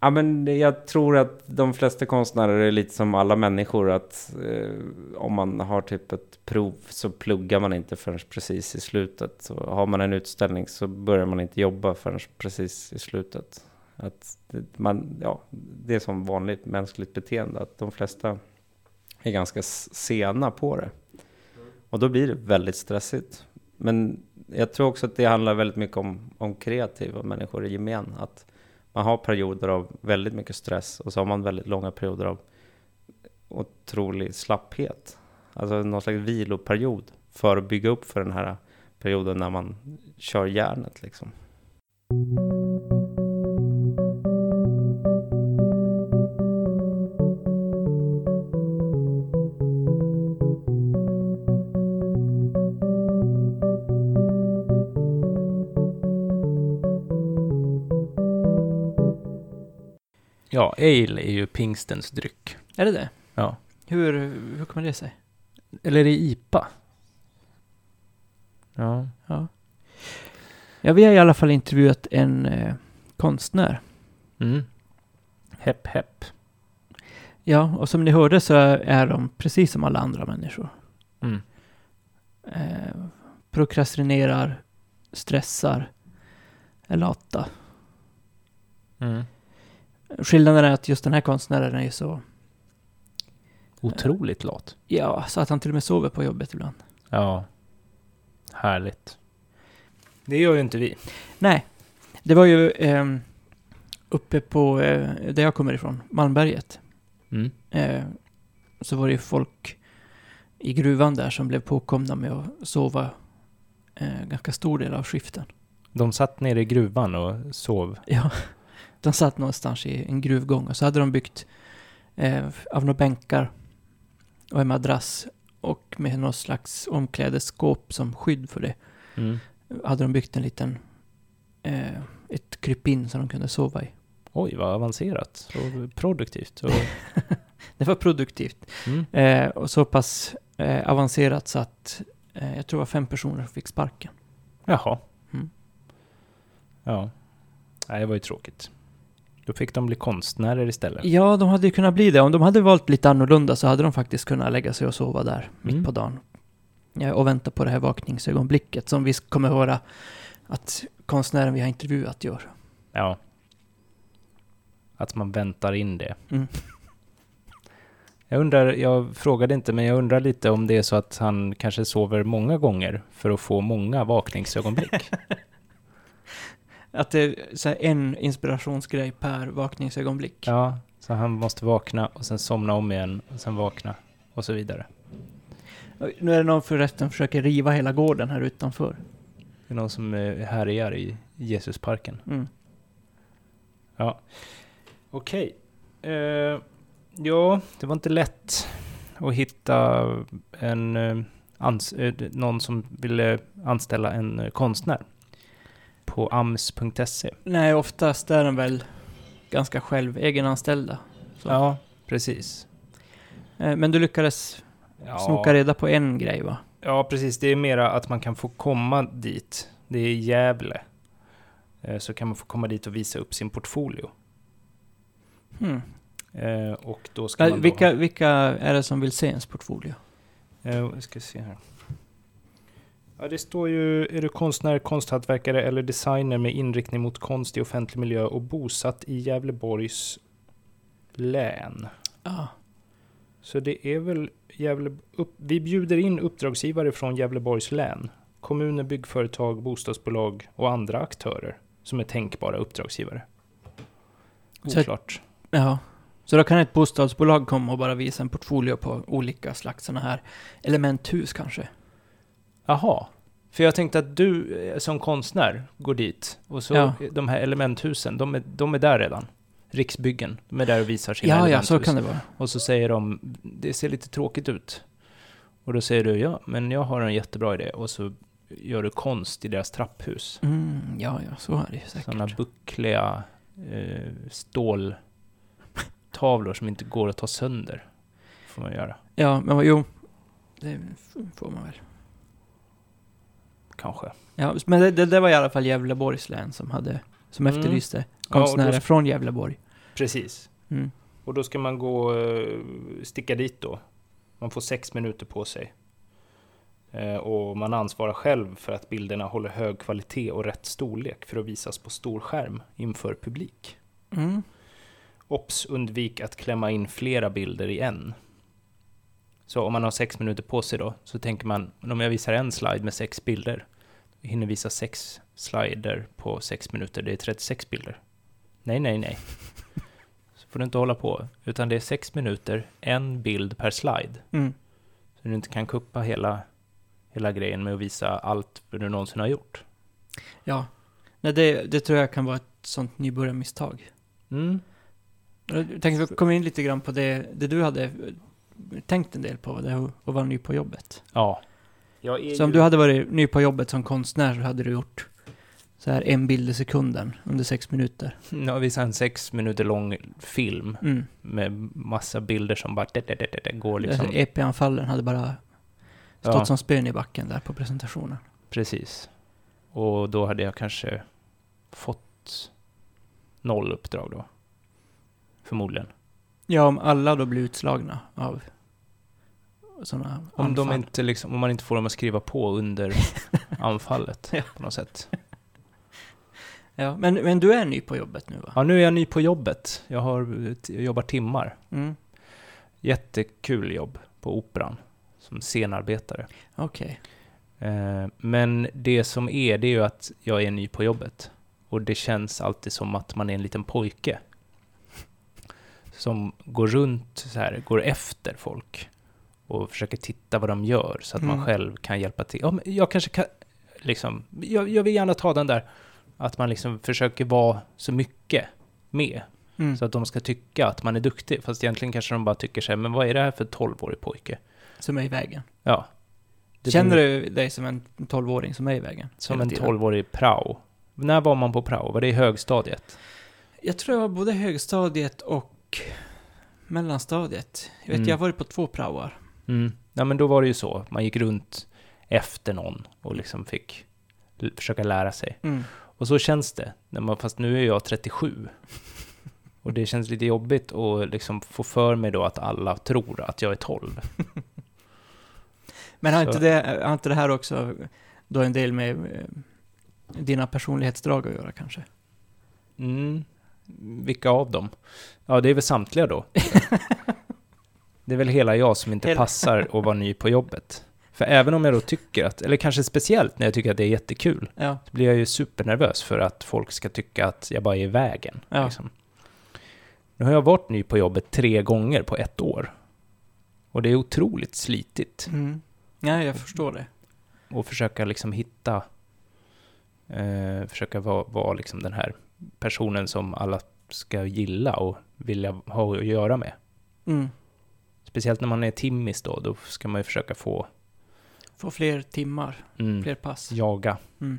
Ja, men jag tror att de flesta konstnärer är lite som alla människor, att om man har typ ett prov så pluggar man inte förrän precis i slutet. Så har man en utställning så börjar man inte jobba förrän precis i slutet. Att det är som vanligt mänskligt beteende, att de flesta är ganska sena på det. Och då blir det väldigt stressigt. Men jag tror också att det handlar väldigt mycket om kreativa människor i gemen. Att man har perioder av väldigt mycket stress och så har man väldigt långa perioder av otrolig slapphet. Alltså någon slags viloperiod för att bygga upp för den här perioden när man kör järnet liksom. Ja, ale är ju pingstens dryck. Är det det? Ja. Hur kommer det sig? Eller är det IPA? Ja. Ja, vi har i alla fall intervjuat en konstnär. Mm. Hepp. Ja, och som ni hörde så är de precis som alla andra människor. Mm. Prokrastinerar, stressar, är lata. Mm. Skillnaden är att just den här konstnären är ju så... Otroligt lat. Ja, så att han till och med sover på jobbet ibland. Ja. Härligt. Det gör ju inte vi. Nej, det var ju uppe på där jag kommer ifrån, Malmberget. Mm. Så var det ju folk i gruvan där som blev påkomna med att sova ganska stor del av skiften. De satt nere i gruvan och sov. Ja, de satt någonstans i en gruvgång och så hade de byggt av några bänkar och en madrass och med någon slags omklädesskåp som skydd för det. Mm. Hade de byggt en liten ett krypin som de kunde sova i. Oj, vad avancerat och produktivt. Och... Det var produktivt. Mm. Och så pass avancerat så att jag tror det var 5 personer som fick sparken. Jaha. Mm. Ja. Nej, det var ju tråkigt. Då fick de bli konstnärer istället. Ja, de hade ju kunnat bli det. Om de hade valt lite annorlunda så hade de faktiskt kunnat lägga sig och sova där mitt på dagen. Och vänta på det här vakningsögonblicket som vi kommer höra att konstnären vi har intervjuat gör. Ja. Att man väntar in det. Mm. Jag frågade inte, men jag undrar lite om det är så att han kanske sover många gånger för att få många vakningsögonblick. Att det är så här en inspirationsgrej per vakningsögonblick. Ja, så han måste vakna och sen somna om igen och sen vakna och så vidare. Nu är det någon förresten försöker riva hela gården här utanför. Det är någon som härjar i Jesusparken. Mm. Ja. Okej. Ja, det var inte lätt att hitta någon som ville anställa en konstnär på ams.se. Nej, oftast är de väl ganska själv egenanställda. Så. Ja, precis. Men du lyckades snoka reda på en grej, va? Ja, precis. Det är mera att man kan få komma dit. Det är Gävle. Så kan man få komma dit och visa upp sin portfolio. Och då ska man vilka är det som vill se ens portfolio? Jag ska se här. Ja, det står ju, är du konstnär, konsthantverkare eller designer med inriktning mot konst i offentlig miljö och bosatt i Gävleborgs län. Ja. Så det är väl vi bjuder in uppdragsgivare från Gävleborgs län. Kommuner, byggföretag, bostadsbolag och andra aktörer som är tänkbara uppdragsgivare. Oklart. Ja. Så då kan ett bostadsbolag komma och bara visa en portfolio på olika slags sådana här elementhus kanske. Jaha. För jag tänkte att du som konstnär går dit och så de här elementhusen, de är där redan. Riksbyggen, de är där och visar sina elementhus. Ja, så kan det vara. Och så säger de, det ser lite tråkigt ut. Och då säger du, ja, men jag har en jättebra idé. Och så gör du konst i deras trapphus. Ja, så är det säkert. Sådana buckliga ståltavlor som inte går att ta sönder. Får man göra. Ja, men jo, det får man väl. Kanske. Ja, men det var i alla fall Gävleborgs län som efterlyste konstnärer från Gävleborg. Precis. Mm. Och då ska man gå sticka dit då. Man får 6 minuter på sig. Och man ansvarar själv för att bilderna håller hög kvalitet och rätt storlek för att visas på stor skärm inför publik. Mm. Ops, undvik att klämma in flera bilder i en. Så om man har 6 minuter på sig då, så tänker man, om jag visar en slide med 6 bilder, jag hinner visa 6 slider på 6 minuter, det är 36 bilder. Nej. Så får du inte hålla på, utan det är 6 minuter, en bild per slide. Mm. Så du inte kan kuppa hela grejen med att visa allt du någonsin har gjort. Ja, nej, det tror jag kan vara ett sånt nybörjarmisstag. Mm. Jag tänkte vi komma in lite grann på det du hade tänkt en del på, det att vara ny på jobbet. Ja. Så om du hade varit ny på jobbet som konstnär så hade du gjort så här 1 bild i sekunden under 6 minuter. Nu har vi en 6 minuter lång film med massa bilder som bara går liksom. EP-anfallen hade bara stått som spön i backen där på presentationen. Precis. Och då hade jag kanske fått 0 uppdrag då. Förmodligen. Ja, om alla då blir utslagna av sådana anfall. Om man inte får dem att skriva på under anfallet på något sätt. Ja, men du är ny på jobbet nu, va? Ja, nu är jag ny på jobbet. Jag jobbar timmar. Mm. Jättekul jobb på Operan som scenarbetare. Okej. Men det som det är ju att jag är ny på jobbet. Och det känns alltid som att man är en liten pojke som går runt så här, går efter folk och försöker titta vad de gör så att man själv kan hjälpa till. Ja, men jag kanske kan liksom, jag vill gärna ta den där att man liksom försöker vara så mycket med så att de ska tycka att man är duktig, fast egentligen kanske de bara tycker så här, men vad är det här för 12-årig pojke Som är i vägen. Ja. Känner du dig som en 12-åring som är i vägen? Som en 12-årig prao. När var man på prao? Var det i högstadiet? Jag tror jag var både högstadiet och mellanstadiet. Jag har varit på 2 praoar. Ja, men då var det ju så. Man gick runt efter någon och liksom fick försöka lära sig. Och så känns det. Fast nu är jag 37. Och det känns lite jobbigt att liksom få för mig då att alla tror att jag är 12. Men har inte det här också då en del med dina personlighetsdrag att göra kanske? Vilka av dem? Ja, det är väl samtliga då. Det är väl hela jag som inte passar att vara ny på jobbet. För även om jag då tycker att, eller kanske speciellt när jag tycker att det är jättekul, så blir jag ju supernervös för att folk ska tycka att jag bara är i vägen. Ja. Liksom. Nu har jag varit ny på jobbet 3 gånger på 1 år. Och det är otroligt slitigt. Ja, jag förstår det. Och försöka liksom hitta, försöka vara liksom den här personen som alla ska gilla och vilja ha att göra med. Speciellt när man är timmis då ska man ju försöka få fler timmar, fler pass. Jaga.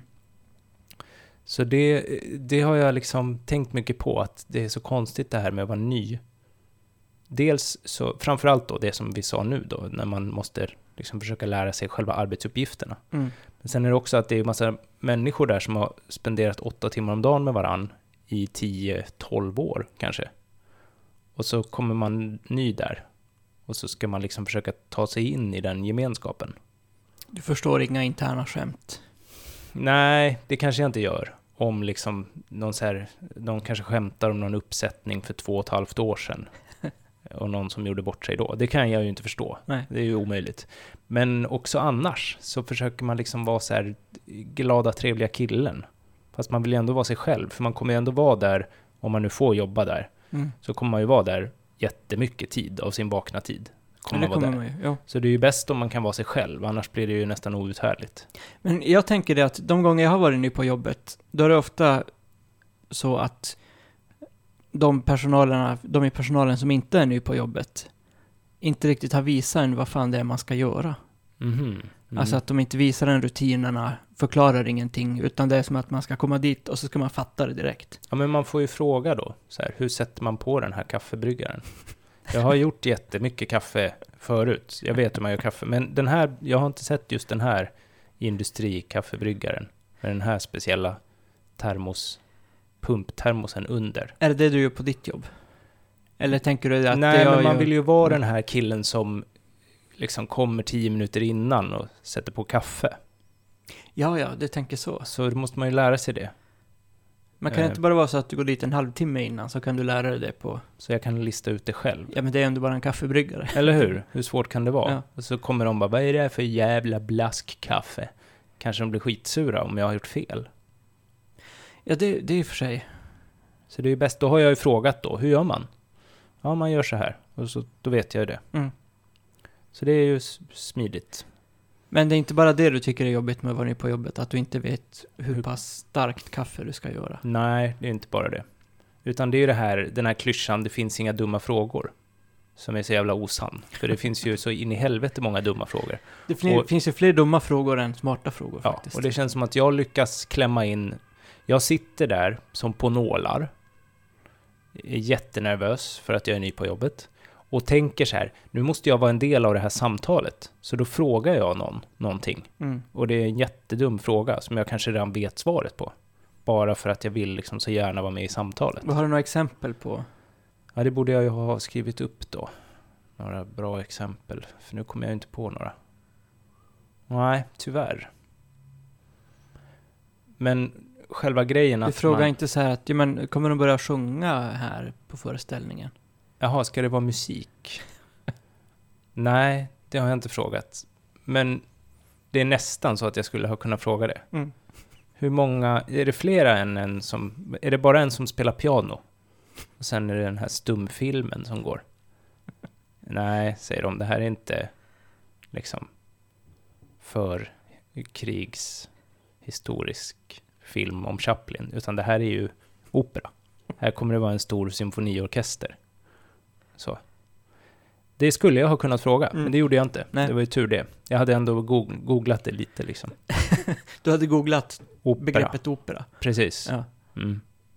Så det har jag liksom tänkt mycket på, att det är så konstigt det här med att vara ny. Dels så, framförallt då det som vi sa nu då, när man måste liksom försöka lära sig själva arbetsuppgifterna. Men sen är det också att det är en massa människor där som har spenderat 8 timmar om dagen med varann i 10-12 år kanske. Och så kommer man ny där. Och så ska man liksom försöka ta sig in i den gemenskapen. Du förstår inga interna skämt? Nej, det kanske jag inte gör. Om liksom någon kanske skämtar om någon uppsättning för 2,5 år sedan. Och någon som gjorde bort sig då. Det kan jag ju inte förstå. Nej. Det är ju omöjligt. Men också annars så försöker man liksom vara så här glada, trevliga killen. Fast man vill ju ändå vara sig själv. För man kommer ju ändå vara där, om man nu får jobba där. Så kommer man ju vara där jättemycket tid av sin vakna tid. Så det är ju bäst om man kan vara sig själv. Annars blir det ju nästan outhärdligt. Men jag tänker det att de gånger jag har varit ny på jobbet, då är det ofta så att de i personalen som inte är ny på jobbet inte riktigt har visat än vad fan det är man ska göra. Alltså att de inte visar den rutinerna, förklarar ingenting, utan det är som att man ska komma dit och så ska man fatta det direkt. Ja, men man får ju fråga då, så här, hur sätter man på den här kaffebryggaren? Jag har gjort jättemycket kaffe förut. Jag vet hur man gör kaffe. Men den här, jag har inte sett just den här industrikaffebryggaren med den här speciella pumptermosen under. Är det du gör på ditt jobb? Eller tänker du att Nej, men man vill ju vara den här killen som liksom kommer 10 minuter innan och sätter på kaffe. Ja, det tänker så. Så då måste man ju lära sig det. Man kan inte bara vara så att du går dit en halvtimme innan, så kan du lära dig det på... Så jag kan lista ut det själv. Ja, men det är ändå bara en kaffebryggare. Eller hur? Hur svårt kan det vara? Ja. Och så kommer de bara, vad är det här för jävla blaskkaffe? Kanske de blir skitsura om jag har gjort fel. Ja, det är för sig. Så det är ju bäst, då har jag ju frågat då, hur gör man? Ja, man gör så här. Och så, då vet jag ju det. Mm. Så det är ju smidigt. Men det är inte bara det du tycker är jobbigt med att vara ny på jobbet, att du inte vet hur pass starkt kaffe du ska göra. Nej, det är inte bara det. Utan det är ju det här, den här klyschan, det finns inga dumma frågor. Som är så jävla osann. För det finns ju så in i helvete många dumma frågor. Det finns ju fler dumma frågor än smarta frågor faktiskt. Och det känns som att jag lyckas klämma in. Jag sitter där som på nålar. Är jättenervös för att jag är ny på jobbet. Och tänker så här, nu måste jag vara en del av det här samtalet. Så då frågar jag någonting. Mm. Och det är en jättedum fråga som jag kanske redan vet svaret på. Bara för att jag vill liksom så gärna vara med i samtalet. Vad har du några exempel på? Ja, det borde jag ju ha skrivit upp då. Några bra exempel. För nu kommer jag inte på några. Nej, tyvärr. Men själva grejen att Du frågar inte så här att, ja, men kommer de börja sjunga här på föreställningen? Jaha, ska det vara musik? Nej, det har jag inte frågat. Men det är nästan så att jag skulle ha kunnat fråga det. Mm. Hur många, är det flera än en som, är det bara en som spelar piano? Och sen är det den här stumfilmen som går. Nej, säger de, det här är inte liksom för krigshistorisk film om Chaplin, utan det här är ju opera. Här kommer det vara en stor symfoniorkester. Så. Det skulle jag ha kunnat fråga, men det gjorde jag inte. Nej. Det var ju tur det. Jag hade ändå googlat det lite liksom. Du hade googlat Opera. begreppet opera. Precis. Ja. Mm.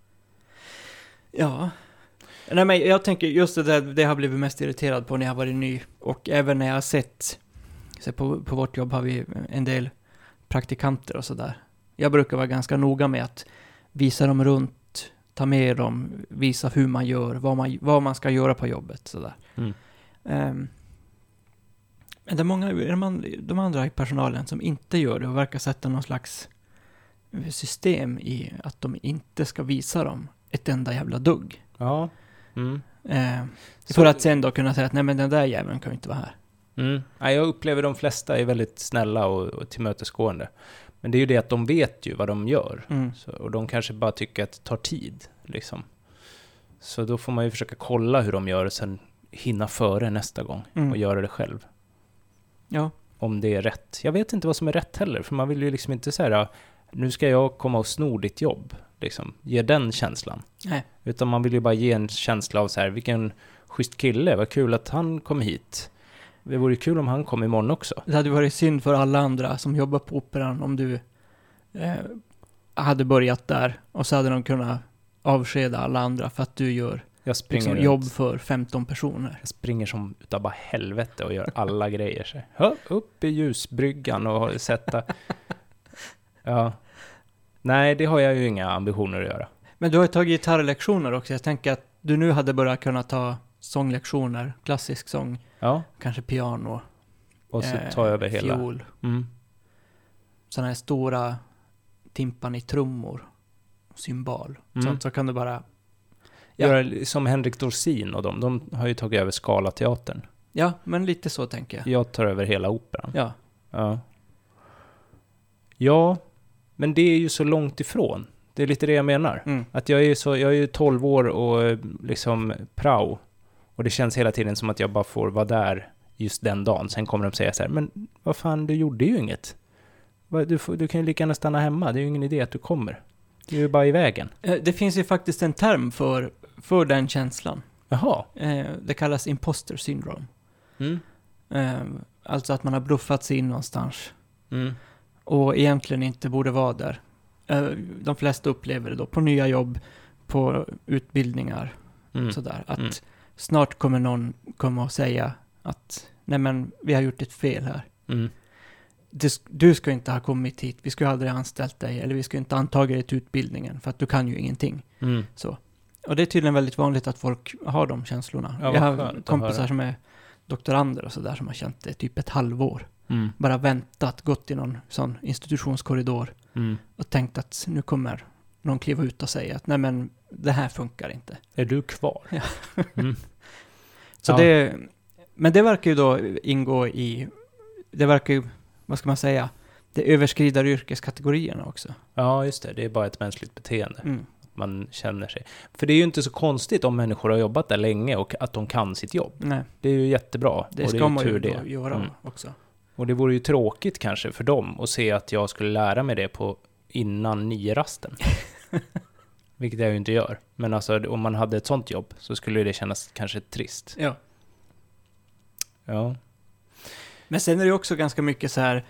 Ja. Nej, men jag tänker just det där, det har blivit mest irriterad på när jag har varit ny. Och även när jag har sett, så på vårt jobb har vi en del praktikanter och sådär. Jag brukar vara ganska noga med att visa dem runt, ta med dem, visa hur man gör, vad man ska göra på jobbet. Sådär. Mm. Men det är många, de andra i personalen som inte gör det och verkar sätta någon slags system i att de inte ska visa dem ett enda jävla dugg. Ja. Mm. För att sen då kunna säga att nej, men den där jäveln kan ju inte vara här. Mm. Ja, jag upplever de flesta är väldigt snälla och tillmötesgående. Men det är ju det att de vet ju vad de gör. Mm. Så, och de kanske bara tycker att det tar tid. Liksom. Så då får man ju försöka kolla hur de gör och sen hinna före nästa gång och göra det själv. Ja. Om det är rätt. Jag vet inte vad som är rätt heller. För man vill ju liksom inte säga nu ska jag komma och sno ditt jobb. Liksom. Ge den känslan. Nej. Utan man vill ju bara ge en känsla av så här, vilken schysst kille. Vad kul att han kom hit. Det vore kul om han kom imorgon också. Det hade varit synd för alla andra som jobbar på operan om du hade börjat där och så hade de kunnat avskeda alla andra för att du gör liksom jobb för 15 personer. Jag springer som utav bara helvete och gör alla grejer. Så. Upp i ljusbryggan och sätta... Ja. Nej, det har jag ju inga ambitioner att göra. Men du har ju tagit gitarrlektioner också. Jag tänker att du nu hade börjat kunna ta sånglektioner, klassisk sång, kanske piano. Och så tar jag över hela. Fiol. Sådana här stora timpanitrummor, cymbal. Sånt så kan du bara... Göra som Henrik Dorsin och de har ju tagit över Scalateatern. Ja, men lite så tänker jag. Jag tar över hela operan. Ja. Ja, men det är ju så långt ifrån. Det är lite det jag menar. Att jag är ju 12 år och liksom prao. Och det känns hela tiden som att jag bara får vara där just den dagen. Sen kommer de säga så här, men vad fan, du gjorde ju inget. Du kan ju lika gärna stanna hemma. Det är ju ingen idé att du kommer. Du är ju bara i vägen. Det finns ju faktiskt en term för den känslan. Jaha. Det kallas imposter syndrome. Alltså att man har bluffat sig in någonstans. Och egentligen inte borde vara där. De flesta upplever det då på nya jobb, på utbildningar. Sådär. Att snart kommer någon komma och säga att nej, men vi har gjort ett fel här. Du ska inte ha kommit hit. Vi ska aldrig ha anställt dig. Eller vi ska inte antagit dig till utbildningen. För att du kan ju ingenting. Så. Och det är tydligen väldigt vanligt att folk har de känslorna. Ja, jag har skönt att kompisar höra. som är doktorander och sådär som har känt det typ ett halvår. Mm. Bara väntat, gått i någon sån institutionskorridor Mm. och tänkt att nu kommer någon kliva ut och säga att nej men det här funkar inte. Är du kvar? Ja. Mm. Så Ja. Men det verkar ju då ingå i, det verkar ju, vad ska man säga, det överskrider yrkeskategorierna också. Ja, just det. Det är bara ett mänskligt beteende. Mm. Man känner sig. För det är ju inte så konstigt om människor har jobbat där länge och att de kan sitt jobb. Nej, Det är ju jättebra. det och ska är man ju tur då göra Mm. också. Och det vore ju tråkigt kanske för dem att se att jag skulle lära mig det på innan 9-rasten. Vilket jag ju inte gör. Men alltså om man hade ett sånt jobb så skulle det kännas kanske trist. Ja. Ja. Men sen är det ju också ganska mycket så här.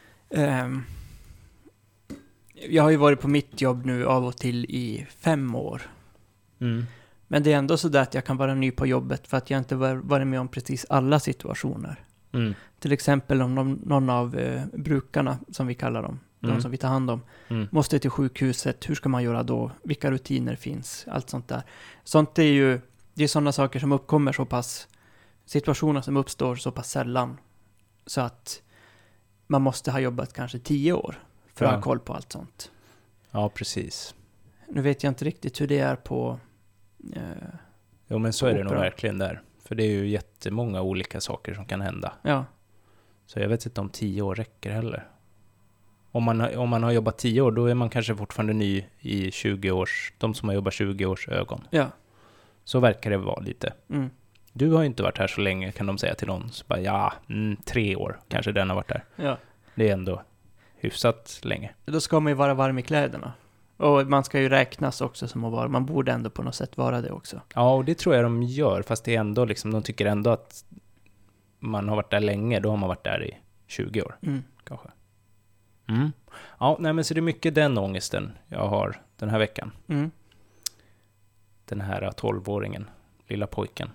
Jag har ju varit på mitt jobb nu av och till i 5 år. Mm. Men det är ändå så där att jag kan vara ny på jobbet för att jag inte varit med om precis alla situationer. Mm. Till exempel om någon av brukarna, som vi kallar dem, de som vi tar hand om, måste till sjukhuset. Hur ska man göra då? Vilka rutiner finns? Allt sånt där. Sånt är ju, det är sådana saker som uppkommer så pass, situationer som uppstår så pass sällan. Så att man måste ha jobbat kanske 10 år för att ha koll på allt sånt. Ja, precis. Nu vet jag inte riktigt hur det är på... Jo, men så är det nog Opera. verkligen där. För det är ju jättemånga olika saker som kan hända. Ja, Så jag vet inte om 10 år räcker heller. Om man har jobbat 10 år, då är man kanske fortfarande ny i 20 års... De som har jobbat 20 års ögon. ja. Så verkar det vara lite. Mm. Du har ju inte varit här så länge, kan de säga till någon. Så bara, 3 år kanske den har varit där. Ja. Det är ändå hyfsat länge. Då ska man ju vara varm i kläderna. Och man ska ju räknas också som att vara... Man borde ändå på något sätt vara det också. Ja, och det tror jag de gör. Fast det är ändå liksom, de tycker ändå att man har varit där länge. Då har man varit där i 20 år, kanske. Mm. Ja, nej men så det är mycket den ångesten jag har den här veckan. Mm. Den här 12-åringen, lilla pojken.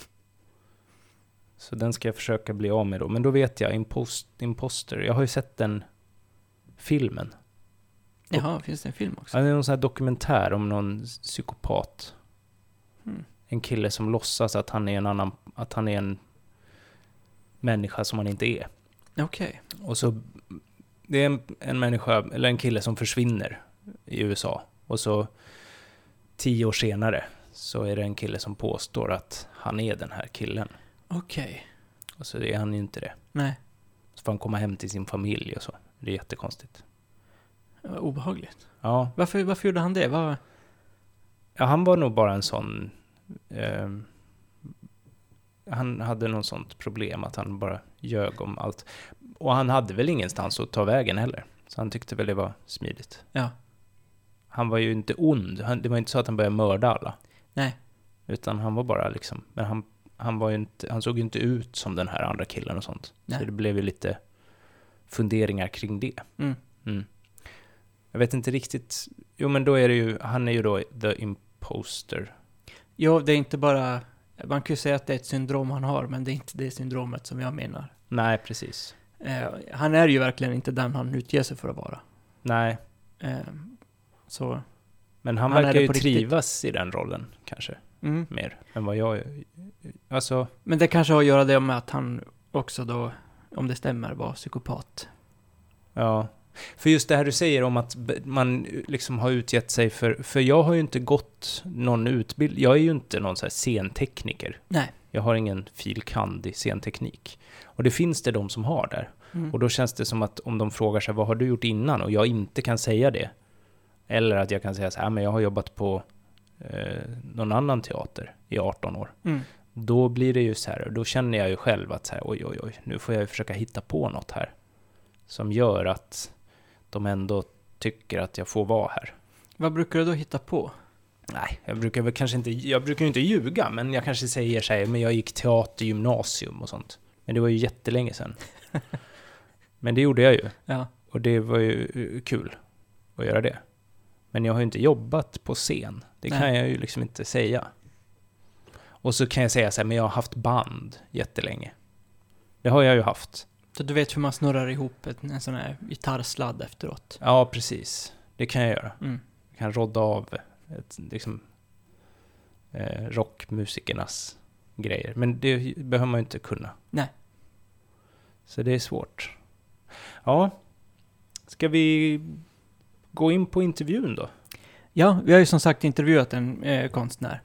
Så den ska jag försöka bli av med då. Men då vet jag, Imposter. Jag har ju sett den filmen. Jaha, finns det en film också? Ja, det är någon sån här dokumentär om någon psykopat. En kille som låtsas att han är en människa som han inte är. Okej. Och så det är en människa eller en kille som försvinner i USA. Och så 10 år senare så är det en kille som påstår att han är den här killen. Okej. Och så är han ju inte det. Nej, Så får han komma hem till sin familj och så. Det är jättekonstigt. det var obehagligt. Ja, Varför gjorde han det? ja, han var nog bara en sån... han hade någon sånt problem att han bara ljög om allt. Och han hade väl ingenstans att ta vägen heller. Så han tyckte väl det var smidigt. Ja. Han var ju inte ond. Det var inte så att han började mörda alla. Nej. Utan han var bara liksom... Men han var ju inte... Han såg ju inte ut som den här andra killen och sånt. Nej. Så det blev ju lite funderingar kring det. Mm. Jag vet inte riktigt... Jo, men då är det ju... Han är ju då the imposter. Jo, det är inte bara... Man kan ju säga att det är ett syndrom han har, men det är inte det syndromet som jag menar. Nej, precis. Han är ju verkligen inte den han utger sig för att vara. Nej. Så... Men han Han är verkar det ju på riktigt. trivas i den rollen, kanske. Mm. Mer än vad jag... Alltså... Men det kanske har att göra det med att han också då, om det stämmer, var psykopat. Ja. För just det här du säger om att man liksom har utgett sig för jag har ju inte gått någon utbildning. Jag är ju inte någon så här scentekniker. Nej. Jag har ingen fil.kand. i scenteknik. Och det finns det de som har där. Och då känns det som att om de frågar sig vad har du gjort innan och jag inte kan säga det. Eller att jag kan säga så här, men jag har jobbat på någon annan teater i 18 år. Då blir det ju så här, då känner jag ju själv att så här, oj, nu får jag försöka hitta på något här. Som gör att de ändå tycker att jag får vara här. Vad brukar du då hitta på? Nej, jag brukar ju inte ljuga, men jag kanske säger så här, men jag gick teatergymnasium och sånt. Men det var ju jättelänge sedan. Men det gjorde jag ju. Ja. Och det var ju kul att göra det. Men jag har ju inte jobbat på scen. Det kan jag ju liksom inte säga. Och så kan jag säga så här, men jag har haft band jättelänge. Det har jag ju haft. Så du vet hur man snurrar ihop en sån här gitarrsladd efteråt? Ja, precis. Det kan jag göra. Mm. Jag kan rodda av rockmusikernas grejer. Men det behöver man ju inte kunna. Nej. Så det är svårt. Ja. Ska vi gå in på intervjun då? Ja, vi har ju som sagt intervjuat en konstnär.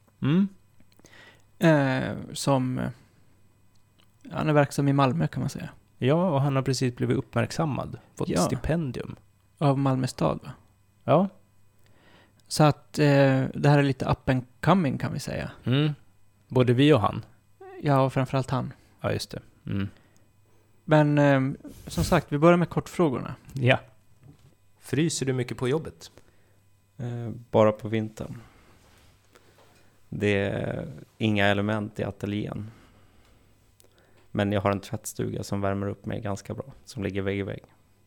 Som han är verksam i Malmö kan man säga. Ja, och han har precis blivit uppmärksammad. Fått ett stipendium. Av Malmö stad, va? Ja. Så att det här är lite up and coming kan vi säga. Både vi och han. Ja, och framförallt han. Ja, just det. Men som sagt, vi börjar med kortfrågorna. Ja. Fryser du mycket på jobbet? Bara på vintern. Det är inga element i ateljén. Men jag har en tvättstuga som värmer upp mig ganska bra. Som ligger vägg i vägg.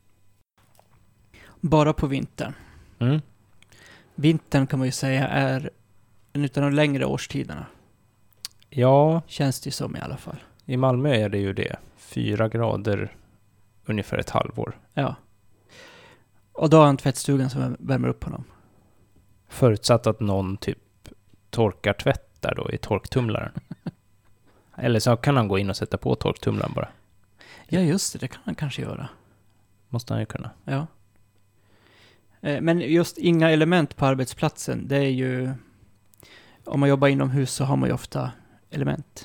Bara på vintern. Vintern kan man ju säga är en utav de längre årstiderna. Ja. Känns det som i alla fall. I Malmö är det ju det. 4 grader ungefär ett halvår. Ja. Och då har han tvättstugan som värmer upp honom. Förutsatt att någon typ torkar tvätt där då i torktumlaren. Eller så kan han gå in och sätta på torktumlaren bara. Ja, just det kan han kanske göra. Måste han ju kunna. Ja. Men just inga element på arbetsplatsen, det är ju... Om man jobbar inomhus så har man ju ofta element.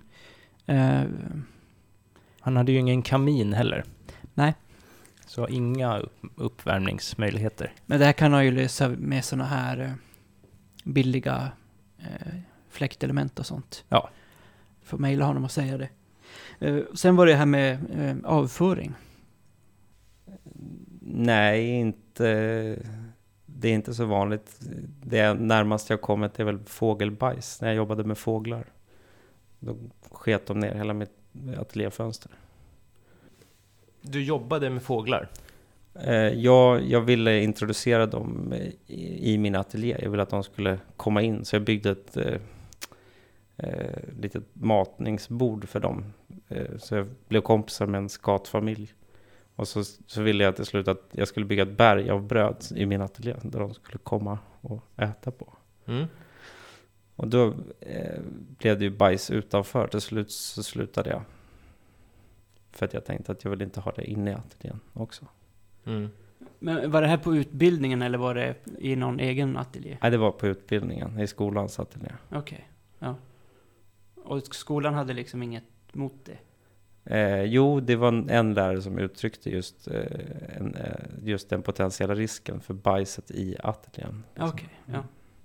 Han hade ju ingen kamin heller. Nej. Så inga uppvärmningsmöjligheter. Men det här kan han ju lösa med såna här billiga fläktelement och sånt. Ja. Får mejla honom och säga det. Sen var det här med avföring. Nej, inte. Det är inte så vanligt. Det närmast jag kommit är väl fågelbajs. När jag jobbade med fåglar. Då sket de ner hela mitt ateljéfönster. Du jobbade med fåglar? Jag ville introducera dem i min ateljé. Jag ville att de skulle komma in. Så jag byggde ett litet matningsbord för dem. Så jag blev kompisar med en skatfamilj. Och så ville jag till slut att jag skulle bygga ett berg av bröd i min ateljé. Där de skulle komma och äta på. Och då blev det ju bajs utanför. Till slut så slutade jag. För att jag tänkte att jag vill inte ha det inne i ateljén också. Men var det här på utbildningen eller var det i någon egen ateljé? Nej, det var på utbildningen. I skolans ateljé. Okej, ja. Och skolan hade liksom inget mot det? Jo, det var en lärare som uttryckte just den potentiella risken för bajset i ateljén. Liksom. Okej, ja.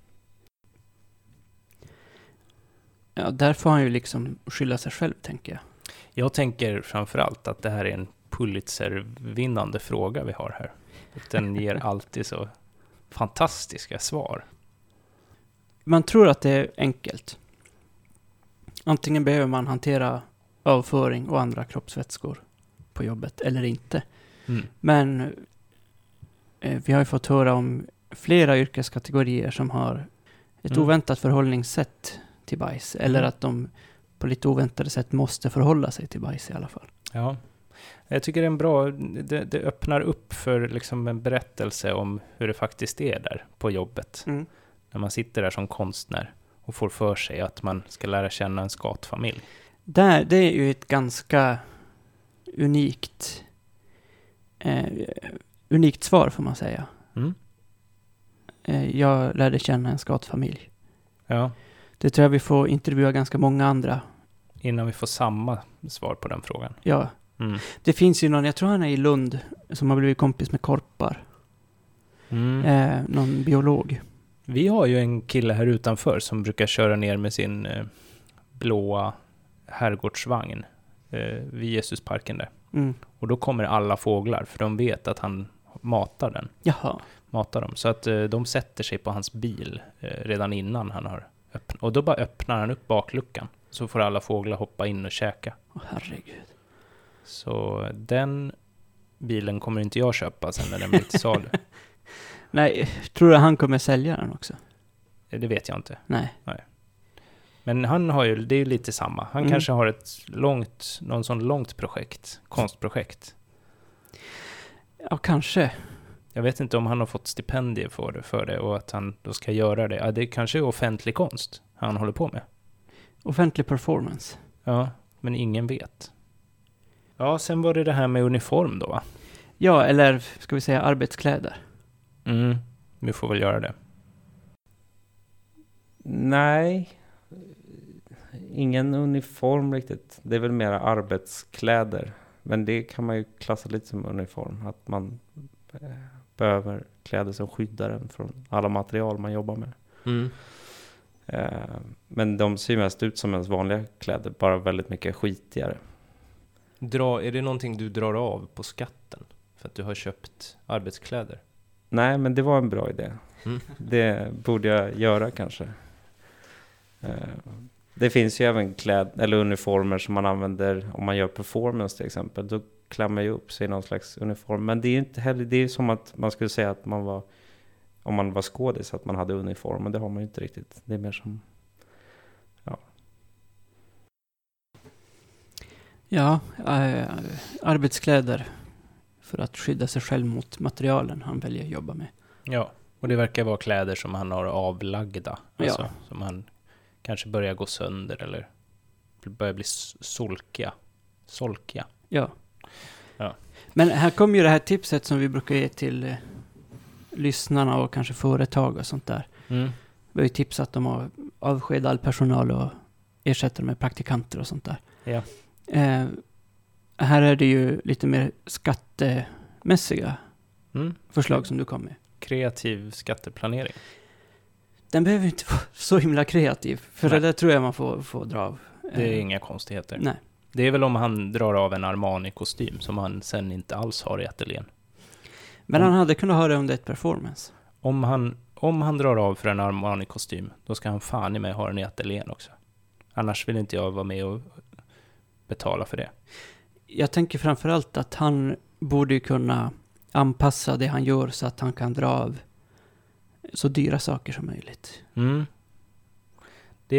Ja, där får han ju liksom skylla sig själv, tänker jag. Jag tänker framförallt att det här är en Pulitzer-vinnande fråga vi har här. Den ger alltid så fantastiska svar. Man tror att det är enkelt. Antingen behöver man hantera avföring och andra kroppsvätskor på jobbet eller inte. Men vi har ju fått höra om flera yrkeskategorier som har ett oväntat förhållningssätt till bajs. Eller att de på lite oväntade sätt måste förhålla sig till bajs i alla fall. Ja, jag tycker det är en bra... Det öppnar upp för liksom en berättelse om hur det faktiskt är där på jobbet. När man sitter där som konstnär och får för sig att man ska lära känna en skatfamilj. Det är ju ett ganska unikt svar får man säga. Jag lärde känna en skatfamilj. Ja. Det tror jag vi får intervjua ganska många andra. Innan vi får samma svar på den frågan. Ja. Det finns ju någon, jag tror han är i Lund, som har blivit kompis med korpar. Någon biolog. Vi har ju en kille här utanför som brukar köra ner med sin blåa herrgårdsvagn vid Jesusparken där. Och då kommer alla fåglar, för de vet att han matar den. Jaha. Matar dem. Så att de sätter sig på hans bil redan innan han har öppnat. Och då bara öppnar han upp bakluckan. Så får alla fåglar hoppa in och käka. Herregud. Så den bilen kommer inte jag köpa sen när den blir till salu. Nej, tror du han kommer sälja den också? Det vet jag inte. Nej. Men han har ju, det är ju lite samma. Han kanske har någon sån långt projekt, konstprojekt. Ja, kanske. Jag vet inte om han har fått stipendier för det och att han då ska göra det. Ja, det kanske är offentlig konst han håller på med. Offentlig performance. Ja, men ingen vet. Ja, sen var det här med uniform då, va? Ja, eller ska vi säga arbetskläder. Vi får väl göra det. Nej, ingen uniform riktigt. Det är väl mera arbetskläder. Men det kan man ju klassa lite som uniform. Att man behöver kläder som skyddar en från alla material man jobbar med. Men de ser mest ut som ens vanliga kläder. Bara väldigt mycket skitigare. Är det någonting du drar av på skatten? För att du har köpt arbetskläder? Nej, men det var en bra idé. Det borde jag göra kanske. Det finns ju även eller uniformer som man använder om man gör performance till exempel. Då klär man ju upp sig i någon slags uniform. Men det är ju inte heller, det är som att man skulle säga att man var, om man var skådis, att man hade uniform. Men det har man ju inte riktigt. Det är mer som, ja. Ja, arbetskläder för att skydda sig själv mot materialen han väljer att jobba med. Ja, och det verkar vara kläder som han har avlagda. Alltså, ja. Som han kanske börjar gå sönder eller börjar bli solkiga. Ja. Ja. Men här kommer ju det här tipset som vi brukar ge till lyssnarna och kanske företag och sånt där. Vi har ju tipsat om att avskeda all personal och ersätta med praktikanter och sånt där. Ja. Här är det ju lite mer skattemässiga förslag som du kom med. Kreativ skatteplanering. Den behöver inte vara så himla kreativ. För Nej. det där tror jag man får dra av. Det är inga konstigheter. Nej. Det är väl om han drar av en Armani-kostym som han sen inte alls har i ateljén. Men han hade kunnat ha det under ett performance. Om han drar av för en Armani-kostym, då ska han fan i mig ha den i ateljén också. Annars vill inte jag vara med och betala för det. Jag tänker framförallt att han borde kunna anpassa det han gör så att han kan dra av så dyra saker som möjligt. Det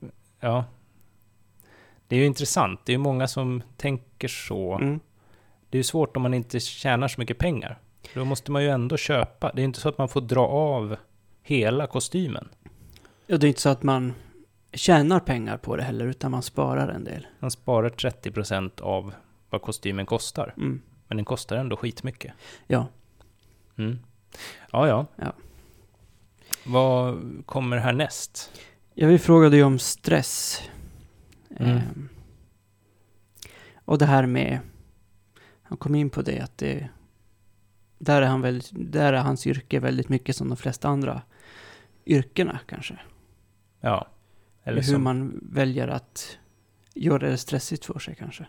är ju intressant. Det är ju många som tänker så. Det är ju svårt om man inte tjänar så mycket pengar. Då måste man ju ändå köpa. Det är inte så att man får dra av hela kostymen. Ja, det är inte så att man tjänar pengar på det heller, utan man sparar en del. Man sparar 30% av vad kostymen kostar. Men den kostar ändå skitmycket. Ja. Ja. Ja. Vad kommer härnäst? Vi frågade ju om stress. Och det här med, han kom in på det, att där är hans yrke väldigt mycket som de flesta andra yrkena kanske. Ja. Eller hur man väljer att göra det stressigt för sig kanske.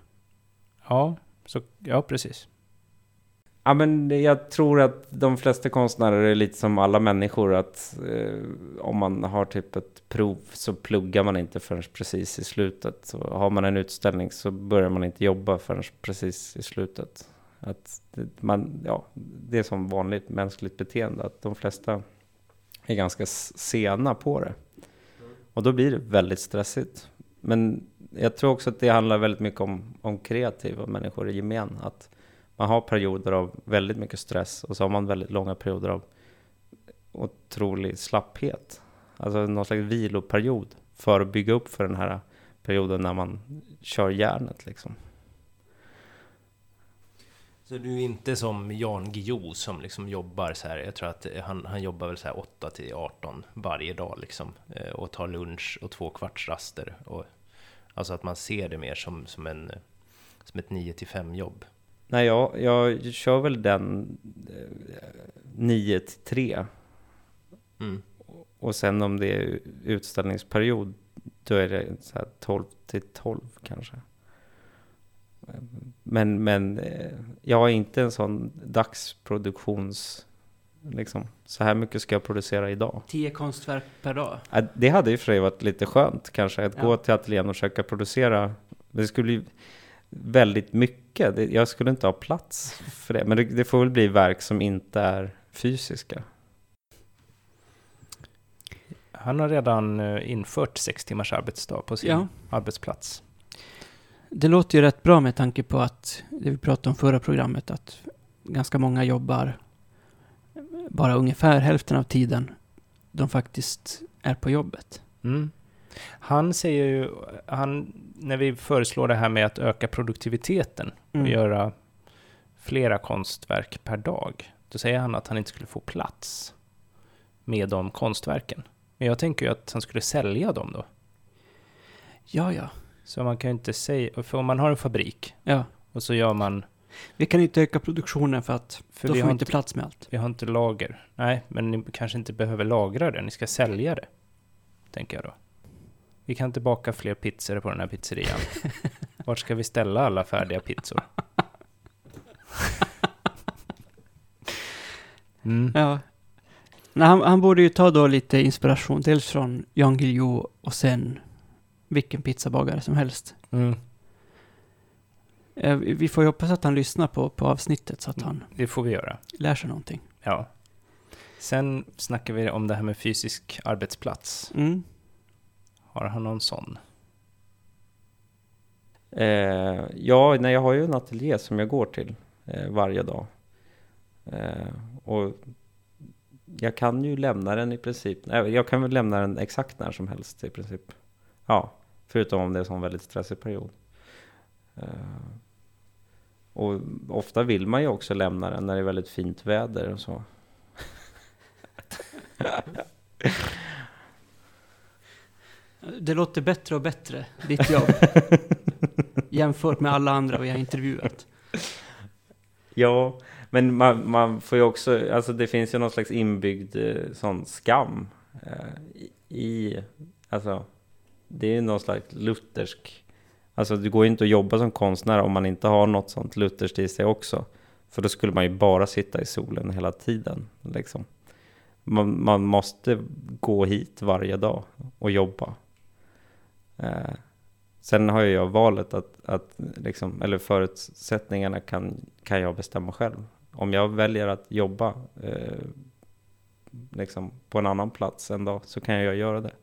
Ja, precis. Ja, men jag tror att de flesta konstnärer är lite som alla människor, att om man har typ ett prov så pluggar man inte förrän precis i slutet. Så har man en utställning så börjar man inte jobba förrän precis i slutet. Att det är som vanligt mänskligt beteende, att de flesta är ganska sena på det. Och då blir det väldigt stressigt. Men jag tror också att det handlar väldigt mycket om kreativa människor i gemen. Att man har perioder av väldigt mycket stress och så har man väldigt långa perioder av otrolig slapphet. Alltså någon slags viloperiod för att bygga upp för den här perioden när man kör järnet liksom. Så du är inte som Jan Guillou som liksom jobbar så här, jag tror att han jobbar väl så här 8-18 varje dag liksom, och tar lunch och 2 kvartsraster, och alltså att man ser det mer som ett 9-5 jobb. Nej, jag kör väl den 9-3. Och sen om det är utställningsperiod, då är det så här 12-12 kanske. Men jag är inte en sån dagsproduktions liksom, så här mycket ska jag producera idag. 10 konstverk per dag. Det hade ju för sig varit lite skönt kanske att gå till ateljén och försöka producera. Det skulle bli väldigt mycket. Jag skulle inte ha plats för det. Men det får väl bli verk som inte är fysiska. Han har redan infört 6 timmars arbetsdag på sin arbetsplats. Det låter ju rätt bra med tanke på att det vi pratade om förra programmet, att ganska många jobbar bara ungefär hälften av tiden de faktiskt är på jobbet. Mm. Han säger ju, när vi föreslår det här med att öka produktiviteten och göra flera konstverk per dag, då säger han att han inte skulle få plats med de konstverken. Men jag tänker ju att han skulle sälja dem då. Ja. Så man kan ju inte säga, för om man har en fabrik och så gör man... Vi kan inte öka produktionen för då vi får vi inte plats med allt. Vi har inte lager. Nej, men ni kanske inte behöver lagra det. Ni ska sälja det, tänker jag då. Vi kan inte baka fler pizzor på den här pizzerian. Vart ska vi ställa alla färdiga pizzor? Ja. Nej, han borde ju ta då lite inspiration. Dels från Jan Guillou och sen vilken pizzabagare som helst. Vi får ju hoppas att han lyssnar på avsnittet så att han det får vi göra. Lär sig någonting. Ja. Sen snackar vi om det här med fysisk arbetsplats. Har han någon sån? Ja, nej, jag har ju en ateljé som jag går till varje dag. Och jag kan ju lämna den i princip. Jag kan väl lämna den exakt när som helst i princip. Ja, förutom om det är en sån väldigt stressig period. Och ofta vill man ju också lämna den när det är väldigt fint väder och så. Det låter bättre och bättre, ditt jobb. Jämfört med alla andra vi har intervjuat. Ja, men man får ju också, alltså det finns ju någon slags inbyggd sån skam alltså det är någon slags luthersk, alltså det går ju inte att jobba som konstnär om man inte har något sånt lutherskt i sig också, för då skulle man ju bara sitta i solen hela tiden liksom. Man måste gå hit varje dag och jobba. Sen har jag valet att liksom, eller förutsättningarna kan jag bestämma själv. Om jag väljer att jobba liksom på en annan plats en dag, så kan jag göra det.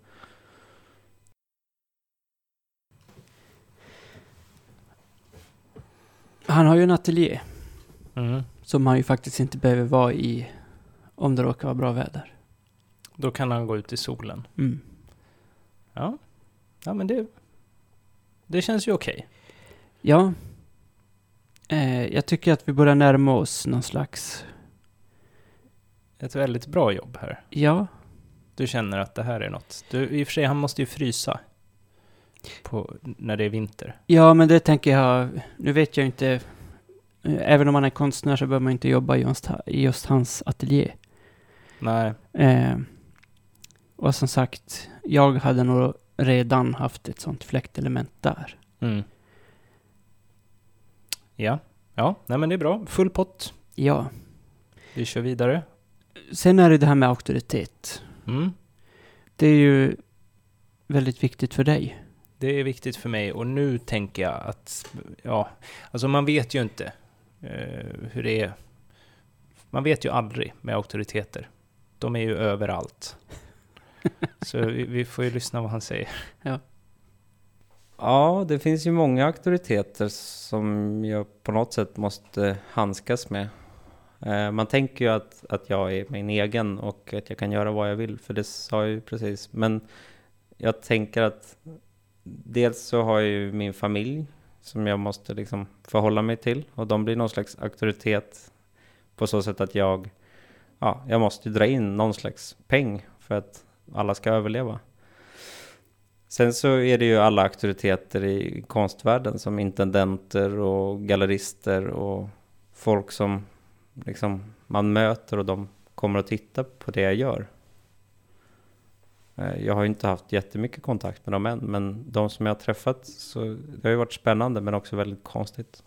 Han har ju en ateljé som han ju faktiskt inte behöver vara i om det råkar vara bra väder. Då kan han gå ut i solen. Ja, men det känns ju okej. Ja. Jag tycker att vi börjar närma oss någon slags... Ett väldigt bra jobb här. Ja. Du känner att det här är något. I och för sig, han måste ju frysa när det är vinter. Ja, men det tänker jag... Nu vet jag inte... Även om man är konstnär så behöver man inte jobba i just hans ateljé. Nej. Och som sagt, jag hade nog redan haft ett sånt fläktelement där. Ja, nej men det är bra. Full pott. Ja. Vi kör vidare. Sen är det här med auktoritet. Det är ju väldigt viktigt för dig. Det är viktigt för mig, och nu tänker jag att, alltså man vet ju inte hur det är. Man vet ju aldrig med auktoriteter. De är ju överallt. Så vi får ju lyssna vad han säger. Ja, det finns ju många auktoriteter som jag på något sätt måste handskas med. Man tänker ju att jag är min egen och att jag kan göra vad jag vill, för det sa jag ju precis. Men jag tänker att dels så har jag ju min familj som jag måste liksom förhålla mig till, och de blir någon slags auktoritet på så sätt att jag måste dra in någon slags peng för att alla ska överleva. Sen så är det ju alla auktoriteter i konstvärlden som intendenter och gallerister och folk som liksom man möter, och de kommer att titta på det jag gör. Jag har ju inte haft jättemycket kontakt med dem än, men de som jag har träffat, så det har ju varit spännande men också väldigt konstigt.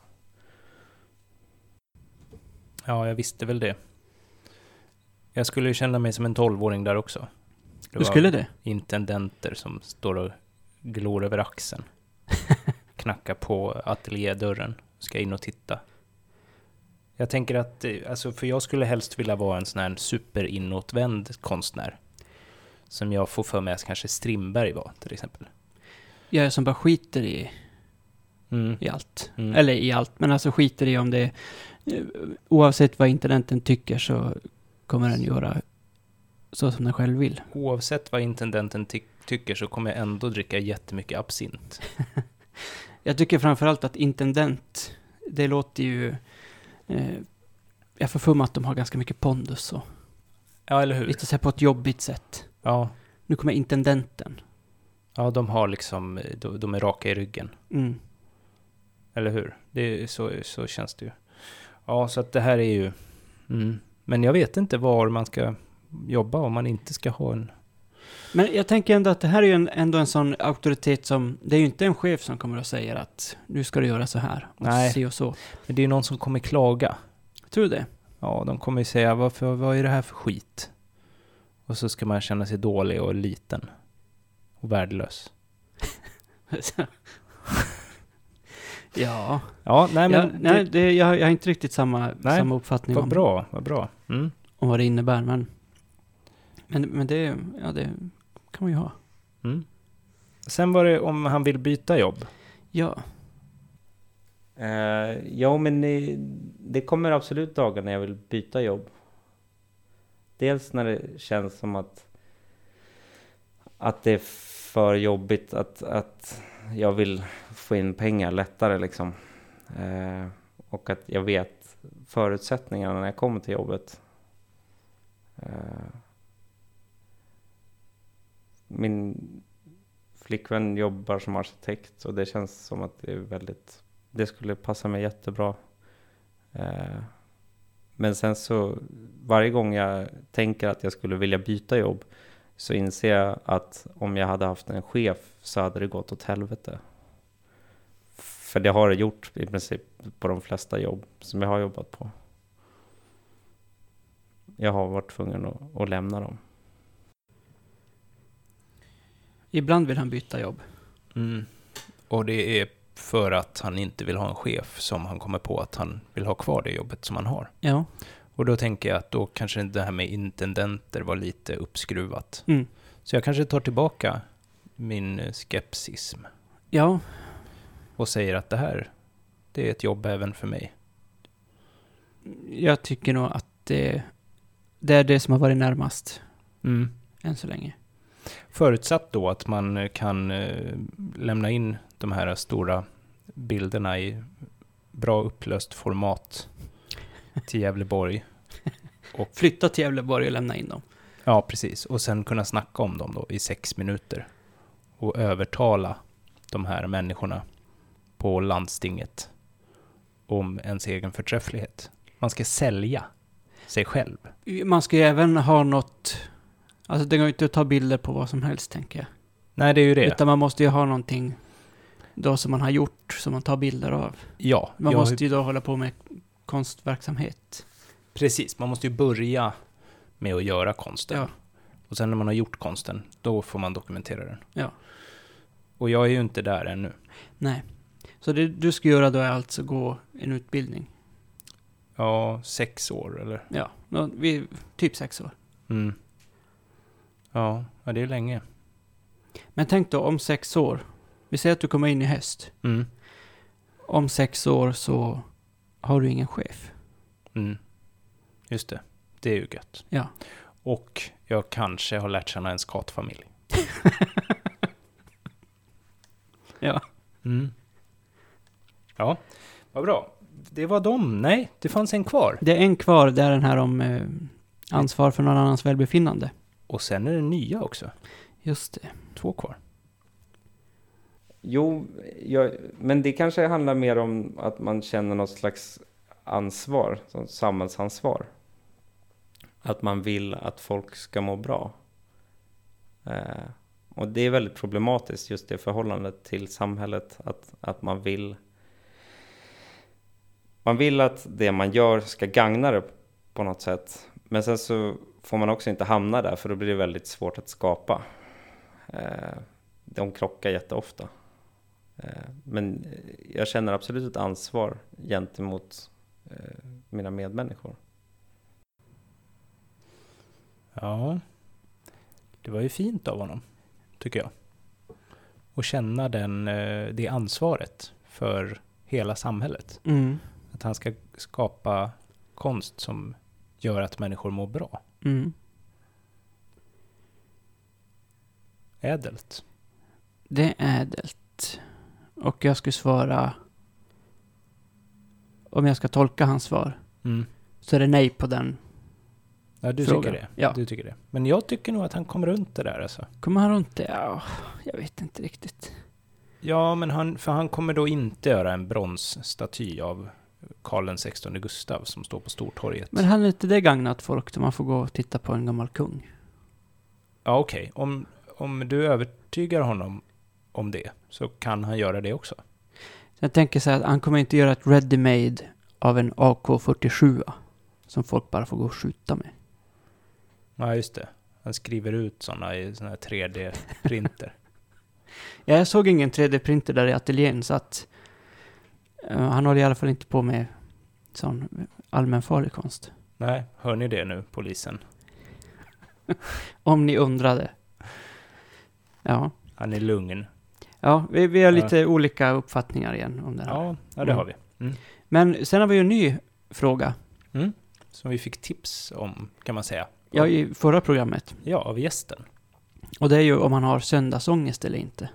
Ja, jag visste väl det. Jag skulle ju känna mig som en 12-åring där också. Du skulle det? Intendenter som står och glor över axeln. Knackar på ateljédörren. Ska in och titta. Jag tänker att, alltså, för jag skulle helst vilja vara en sån här superinåtvänd konstnär. Som jag får för mig att kanske Strindberg var, till exempel. Jag är som bara skiter i allt. Eller i allt, men alltså skiter i om det... Oavsett vad intendenten tycker så kommer den göra så som den själv vill. Oavsett vad intendenten tycker så kommer jag ändå dricka jättemycket absint. Jag tycker framförallt att intendent, det låter ju... jag får för mig att de har ganska mycket pondus och... Ja, eller hur? Lite så här på ett jobbigt sätt. Ja. Nu kommer intendenten. Ja, de har liksom... De är raka i ryggen. Mm. Eller hur? Det är så känns det ju. Ja, så att det här är ju... Men jag vet inte var man ska jobba om man inte ska ha en... Men jag tänker ändå att det här är ju ändå en sån auktoritet som... Det är ju inte en chef som kommer och säger att nu ska du göra så här. Och Nej. se och så. Men det är ju någon som kommer klaga. Tror du det? Ja, de kommer ju säga, vad är det här för skit? Och så ska man känna sig dålig och liten. Och värdelös. Ja. Ja, nej men... Jag har inte riktigt samma uppfattning vad bra. Om vad det innebär, men det kan man ju ha. Mm. Sen var det om han vill byta jobb. Ja. Ja, men det kommer absolut dagar när jag vill byta jobb. Dels när det känns som att det är för jobbigt att jag vill få in pengar lättare liksom. Och att jag vet förutsättningarna när jag kommer till jobbet. Min flickvän jobbar som arkitekt och det känns som att det skulle passa mig jättebra. Men sen så varje gång jag tänker att jag skulle vilja byta jobb så inser jag att om jag hade haft en chef så hade det gått åt helvete. För det har det gjort i princip på de flesta jobb som jag har jobbat på. Jag har varit tvungen att lämna dem. Ibland vill han byta jobb. Mm. Och det är för att han inte vill ha en chef som han kommer på att han vill ha kvar det jobbet som han har. Ja. Och då tänker jag att då kanske det här med intendenter var lite uppskruvat. Mm. Så jag kanske tar tillbaka min skepsism. Ja. Och säger att det är ett jobb även för mig. Jag tycker nog att det är det som har varit närmast. Mm. Än så länge. Förutsatt då att man kan lämna in de här stora bilderna i bra upplöst format till Gävleborg. Och flytta till Gävleborg och lämna in dem. Ja, precis. Och sen kunna snacka om dem då i 6 minuter. Och övertala de här människorna på landstinget om ens egen förträfflighet. Man ska sälja sig själv. Man ska ju även ha något... Alltså det går inte att ta bilder på vad som helst, tänker jag. Nej, det är ju det. Utan man måste ju ha någonting då som man har gjort, som man tar bilder av. Ja. Man måste ju då hålla på med konstverksamhet. Precis, man måste ju börja med att göra konsten. Ja. Och sen när man har gjort konsten, då får man dokumentera den. Ja. Och jag är ju inte där ännu. Nej. Så det du ska göra då är alltså gå en utbildning? Ja, 6 år eller? Ja, typ 6 år. Mm. Ja, det är länge. Men tänk då, om 6 år. Vi säger att du kommer in i höst. Mm. Om 6 år så har du ingen chef. Mm. Just det. Det är ju gött. Ja. Och jag kanske har lärt känna en skatfamilj. Ja. Mm. Ja, vad bra. Det var dem. Nej, det fanns en kvar. Det är en kvar, det är den här om ansvar för någon annans välbefinnande. Och sen är det nya också. Just det. 2 kvar. Jo, men det kanske handlar mer om att man känner något slags ansvar, samhällsansvar. Att man vill att folk ska må bra. Och det är väldigt problematiskt, just det förhållandet till samhället. Att man vill att det man gör ska gagna det på något sätt. Men sen så får man också inte hamna där, för då blir det väldigt svårt att skapa. De krockar jätteofta. Men jag känner absolut ett ansvar gentemot mina medmänniskor. Ja, det var ju fint av honom, tycker jag. Och känna det ansvaret för hela samhället. Mm. Att han ska skapa konst som gör att människor mår bra. Mm. Ädelt. Det är ädelt. Och jag skulle svara, om jag ska tolka hans svar, så är det nej på den. Ja, du frågan. tycker det. Ja. Du tycker det. Men jag tycker nog att han kommer runt det där alltså. Kommer han runt det? Ja, jag vet inte riktigt. Ja, men han kommer då inte göra en bronsstaty av Karl den 16 Gustav som står på Stortorget. Men hade inte det gagnat folk då man får gå och titta på en gammal kung? Ja, okej. Om du övertygar honom om det så kan han göra det också. Jag tänker så här att han kommer inte göra ett ready-made av en AK-47 som folk bara får gå och skjuta med. Ja, just det. Han skriver ut sådana i såna här 3D-printer. Ja, jag såg ingen 3D-printer där i ateljén så att han håller i alla fall inte på med sån allmänfarlig konst. Nej, hör ni det nu, polisen? Om ni undrade. Ja. Han är lugn. Ja, vi har lite olika uppfattningar igen om det här. Ja, det har vi. Mm. Men sen har vi ju en ny fråga. Som vi fick tips om, kan man säga. Ja, i förra programmet. Ja, av gästen. Och det är ju om man har söndagsångest eller inte.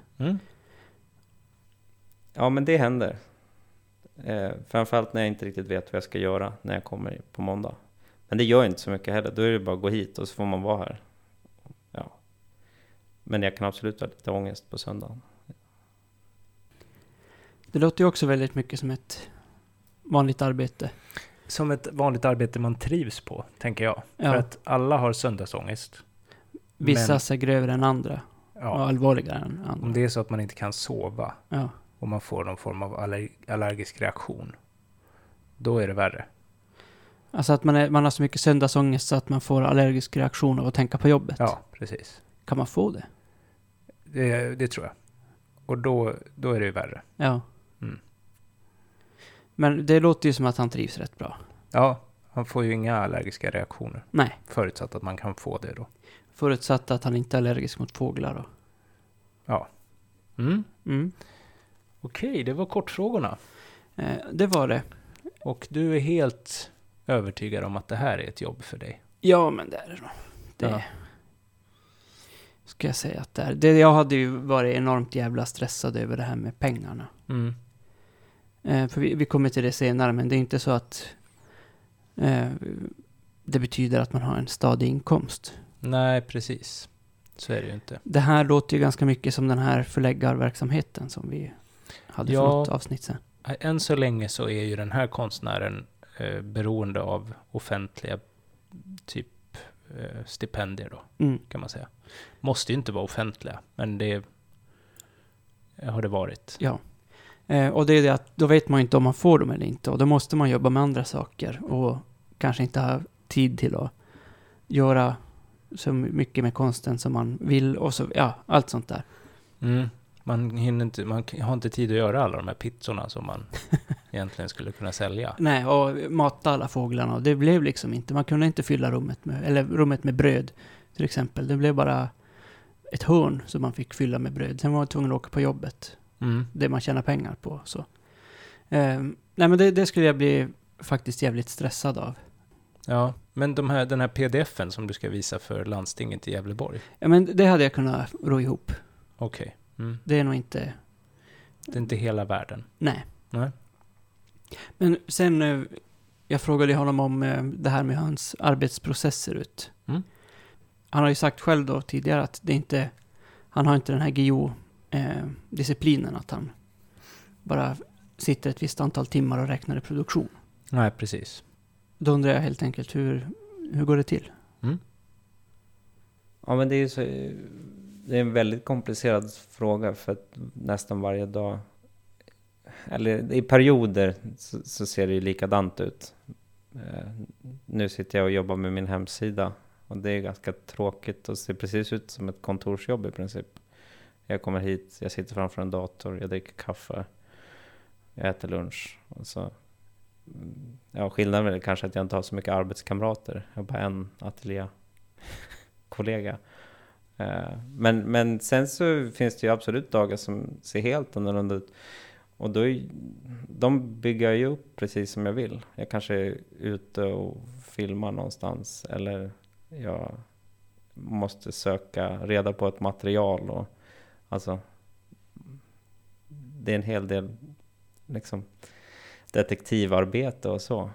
Ja, men det händer. Framförallt när jag inte riktigt vet vad jag ska göra när jag kommer på måndag. Men det gör inte så mycket heller. Då är det bara att gå hit och så får man vara här. Ja. Men jag kan absolut ha lite ångest på söndagen. Det låter ju också väldigt mycket som ett vanligt arbete. Som ett vanligt arbete man trivs på, tänker jag. Ja. För att alla har söndagsångest. Vissa är grövre än andra. Och Ja, allvarligare än andra. om det är så att man inte kan sova Ja. och man får någon form av allergisk reaktion, då är det värre. Alltså att man har så mycket söndagsångest så att man får allergisk reaktion av att tänka på jobbet. Ja, precis. Kan man få det? Det tror jag. Och då är det ju värre. Ja. Mm. Men det låter ju som att han trivs rätt bra. Ja, han får ju inga allergiska reaktioner. Nej. Förutsatt att man kan få det då. Förutsatt att han inte är allergisk mot fåglar då. Ja. Okej, det var kortfrågorna. Det var det. Och du är helt övertygad om att det här är ett jobb för dig? Ja, men det är det då. Det Ja. ska jag säga att det är. Jag hade ju varit enormt jävla stressad över det här med pengarna. För vi kommer till det senare, men det är inte så att det betyder att man har en stadig inkomst. Nej, precis. Så är det ju inte. Det här låter ju ganska mycket som den här förläggarverksamheten som vi hade för något avsnitt sen. Än så länge så är ju den här konstnären beroende av offentliga typ stipendier då, kan man säga. Måste ju inte vara offentliga, men det har det varit. Ja. Och det är det att då vet man ju inte om man får dem eller inte. Och då måste man jobba med andra saker. Och kanske inte ha tid till att göra så mycket med konsten som man vill. Och så, ja, allt sånt där. Man har inte tid att göra alla de här pizzorna som man egentligen skulle kunna sälja. Nej, och mata alla fåglarna. Och det blev liksom inte. Man kunde inte fylla rummet med bröd till exempel. Det blev bara ett hörn som man fick fylla med bröd. Sen var man tvungen att åka på jobbet. Det man tjänar pengar på. Så. Nej, men det skulle jag bli faktiskt jävligt stressad av. Ja, men den här pdf-en som du ska visa för landstinget i Gävleborg. Ja, men det hade jag kunnat ro ihop. Okej. Det är nog inte... Det är inte hela världen. Nej. Nej. Men sen, jag frågade honom om det här med hans arbetsprocesser ut. Han har ju sagt själv då tidigare att det inte... Han har inte den här disciplinen att han bara sitter ett visst antal timmar och räknar i produktion. Nej, precis. Då undrar jag helt enkelt, hur går det till? Ja, men det är ju så, det är en väldigt komplicerad fråga för att nästan varje dag, eller i perioder så ser det ju likadant ut. Nu sitter jag och jobbar med min hemsida och det är ganska tråkigt och ser precis ut som ett kontorsjobb i princip. Jag kommer hit, jag sitter framför en dator, jag dricker kaffe, jag äter lunch. Och så, ja, skillnaden är väl kanske att jag inte har så mycket arbetskamrater. Jag har bara en ateljékollega. Men sen så finns det ju absolut dagar som ser helt annorlunda ut. Och då de bygger jag ju upp precis som jag vill. Jag kanske är ute och filmar någonstans, eller jag måste söka reda på ett material, och alltså det är en hel del liksom detektivarbete och så.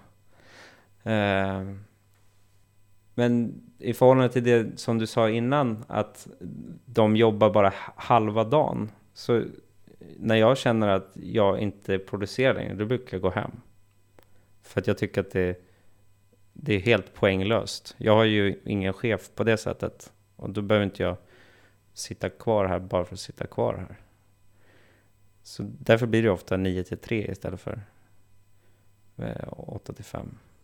Men i förhållande till det som du sa innan, att de jobbar bara halva dagen, så när jag känner att jag inte producerar längre, då brukar jag gå hem. För att jag tycker att det är helt poänglöst. Jag har ju ingen chef på det sättet. Och då behöver inte jag sitta kvar här bara för att sitta kvar här. Så därför blir det ofta 9-3 istället för 8-5.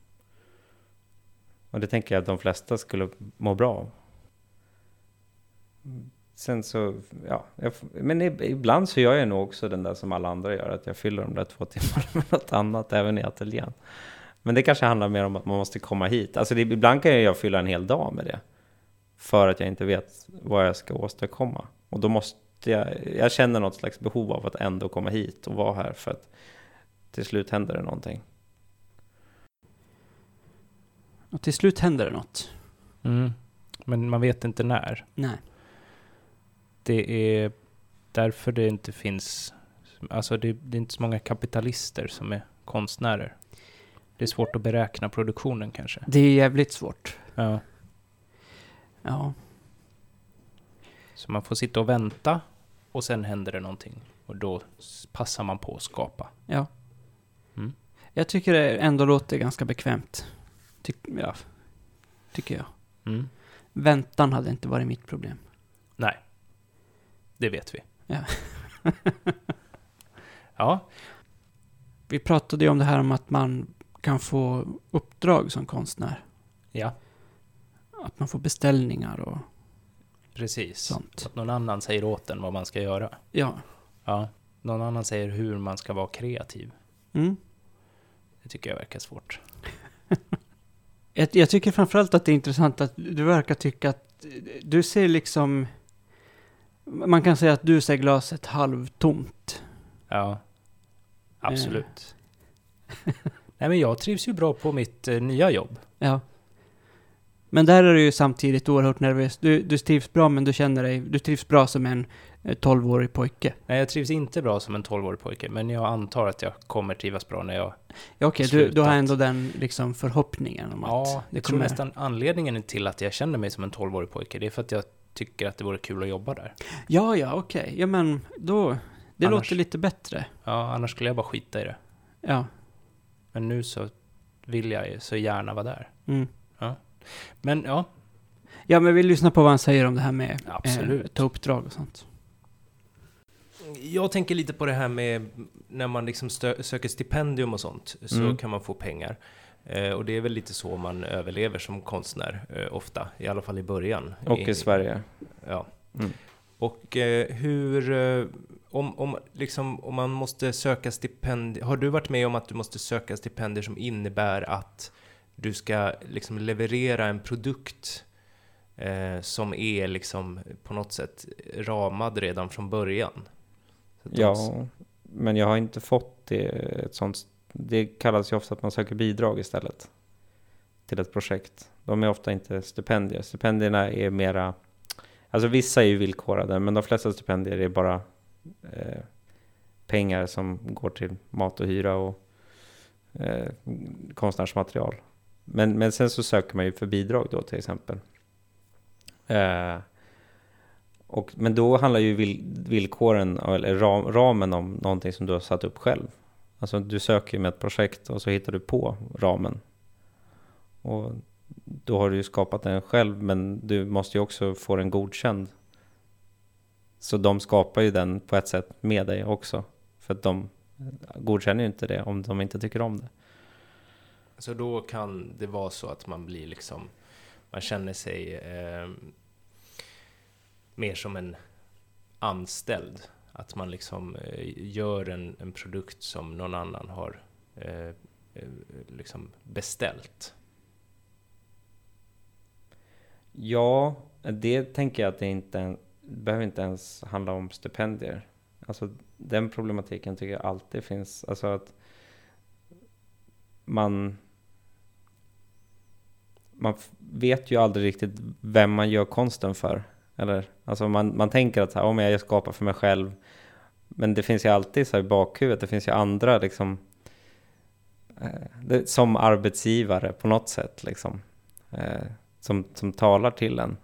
Och det tänker jag att de flesta skulle må bra av. Sen så, ja. Men ibland så gör jag nog också den där som alla andra gör. Att jag fyller de där 2 timmar med något annat även i ateljén. Men det kanske handlar mer om att man måste komma hit. Alltså ibland kan jag fylla en hel dag med det. För att jag inte vet vad jag ska åstadkomma. Och då måste jag känner något slags behov av att ändå komma hit och vara här. För att till slut händer det någonting. Och till slut händer det något. Men man vet inte när. Nej. Det är därför det inte finns... Alltså det är inte så många kapitalister som är konstnärer. Det är svårt att beräkna produktionen kanske. Det är jävligt svårt. Ja. Ja. Så man får sitta och vänta och sen händer det någonting. Och då passar man på att skapa. Ja. Jag tycker det ändå låter ganska bekvämt. Tycker jag. Väntan hade inte varit mitt problem. Nej. Det vet vi. Ja. Ja. Vi pratade ju om det här om att man kan få uppdrag som konstnär. Ja. Att man får beställningar och precis. sånt. Att någon annan säger åt en vad man ska göra. Ja. Ja. Någon annan säger hur man ska vara kreativ. Det tycker jag verkar svårt. Jag tycker framförallt att det är intressant att du verkar tycka att du ser liksom... Man kan säga att du ser glaset halvtomt. Ja, absolut. Nej, men jag trivs ju bra på mitt nya jobb. Ja. Men där är du ju samtidigt oerhört nervös. Du trivs bra, men du trivs bra som en 12-årig pojke. Nej, jag trivs inte bra som en 12-årig pojke, men jag antar att jag kommer trivas bra när jag okej, du har ändå den liksom förhoppningen om att... Ja, jag tror nästan anledningen till att jag känner mig som en 12-årig pojke, det är för att jag tycker att det vore kul att jobba där. Ja, okej. Ja, men då... Det låter lite bättre. Ja, annars skulle jag bara skita i det. Ja. Men nu så vill jag ju så gärna vara där. Ja. Men ja. Ja, men vi lyssnar på vad han säger om det här med absolut. Ta uppdrag och sånt. Jag tänker lite på det här med när man liksom söker stipendium och sånt, så kan man få pengar. Och det är väl lite så man överlever som konstnär ofta, i alla fall i början. Och i Sverige. Ja. Och om man måste söka stipendier, har du varit med om att du måste söka stipendier som innebär att du ska liksom leverera en produkt som är liksom på något sätt ramad redan från början? Ja, men jag har inte fått ett sånt. Det kallas ju ofta att man söker bidrag istället till ett projekt. De är ofta inte stipendier. Stipendierna är mera, alltså vissa är ju villkorade, men de flesta stipendier är bara pengar som går till mat och hyra och konstnärsmaterial. Men sen så söker man ju för bidrag då till exempel. Men då handlar ju villkoren eller ramen om någonting som du har satt upp själv. Alltså du söker med ett projekt och så hittar du på ramen. Och då har du ju skapat den själv, men du måste ju också få den godkänd. Så de skapar ju den på ett sätt med dig också. För att de godkänner ju inte det om de inte tycker om det. Så då kan det vara så att man blir liksom, man känner sig mer som en anställd. Att man liksom gör en produkt som någon annan har liksom beställt. Ja, det tänker jag att det behöver inte ens handla om stipendier. Alltså den problematiken tycker jag alltid finns. Alltså att man vet ju aldrig riktigt vem man gör konsten för. Eller, alltså man tänker att om jag skapar för mig själv. Men det finns ju alltid så här i bakhuvudet. Det finns ju andra liksom, som arbetsgivare på något sätt. Liksom, som talar till en.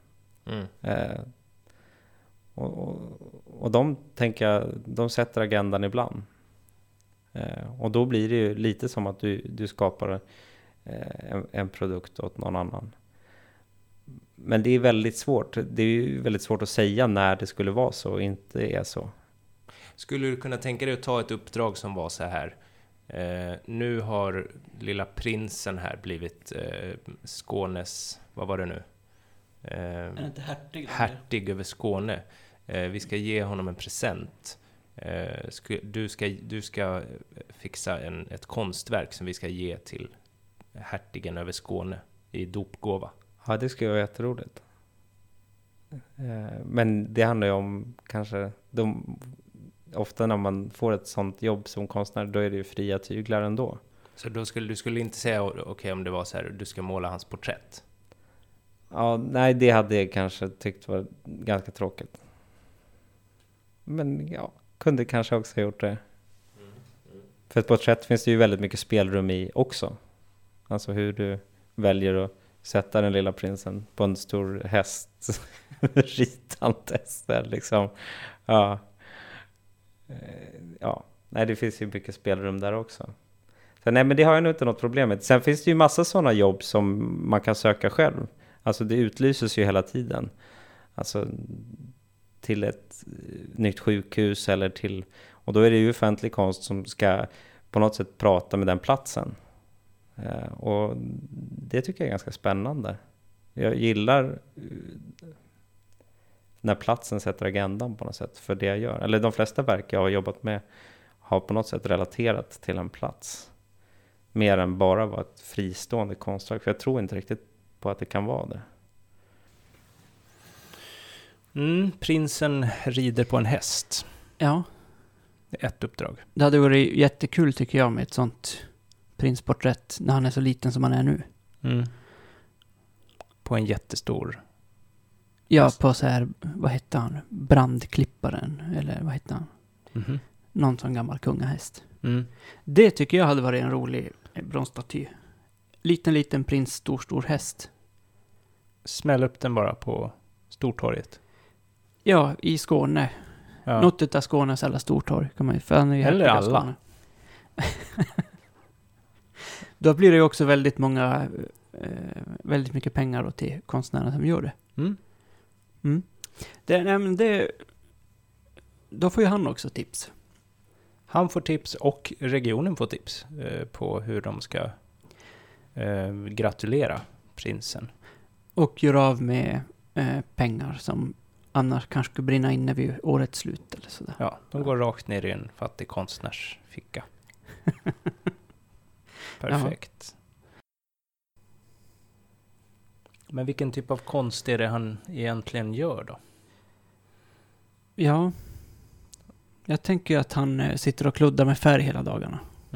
Och de tänker jag, de sätter agendan ibland. Och då blir det ju lite som att du skapar en produkt åt någon annan. Men det är väldigt svårt. Det är ju väldigt svårt att säga när det skulle vara så och inte är så. Skulle du kunna tänka dig att ta ett uppdrag som var så här? Nu har lilla prinsen här blivit Skånes, vad var det nu? Är det inte hertig? Hertig över Skåne. Vi ska ge honom en present. Du ska fixa ett konstverk som vi ska ge till hertigen över Skåne i dopgåva. Ja, det skulle vara jätteroligt. Men det handlar ju om kanske ofta när man får ett sånt jobb som konstnär, då är det ju fria tyglar ändå. Så då du skulle inte säga okej, om det var så här, du ska måla hans porträtt? Ja, nej, det hade jag kanske tyckt var ganska tråkigt. Men ja, kunde kanske också ha gjort det. För ett porträtt finns det ju väldigt mycket spelrum i också. Alltså hur du väljer att sätta den lilla prinsen på en stor häst. Ritandes där liksom. Ja. Ja, nej, det finns ju mycket spelrum där också. Så nej, men det har jag nog inte något problem med. Sen finns det ju massa sådana jobb som man kan söka själv. Alltså det utlyses ju hela tiden. Alltså till ett nytt sjukhus eller till... Och då är det ju offentlig konst som ska på något sätt prata med den platsen. Och det tycker jag är ganska spännande. Jag gillar när platsen sätter agendan på något sätt för det jag gör. Eller de flesta verk jag har jobbat med har på något sätt relaterat till en plats. Mer än bara vara ett fristående konstverk. För jag tror inte riktigt på att det kan vara det. Prinsen rider på en häst. Ja. Det är ett uppdrag. Det hade varit jättekul tycker jag med ett sånt prinsporträtt när han är så liten som han är nu. På en jättestor... Ja, på så här, vad hette han? Brandklipparen, eller vad hette han? Mm-hmm. Någon sån gammal kungahäst. Det tycker jag hade varit en rolig bronsstaty. Liten prins, stor häst. Smäll upp den bara på Stortorget. Ja, i Skåne. Ja. Något av Skånes alla stortorg kan man ju... För han är ju eller alla. Skåne. Då blir det ju också väldigt många... väldigt mycket pengar då till konstnärerna som gör det. Då får ju han också tips. Han får tips och regionen får tips på hur de ska gratulera prinsen. Och göra av med pengar som annars kanske skulle brinna inne vid årets slut eller sådär. Ja, de går rakt ner i en fattig konstnärs ficka. Perfekt. Men vilken typ av konst är det han egentligen gör då? Ja, jag tänker att han sitter och kluddar med färg hela dagarna.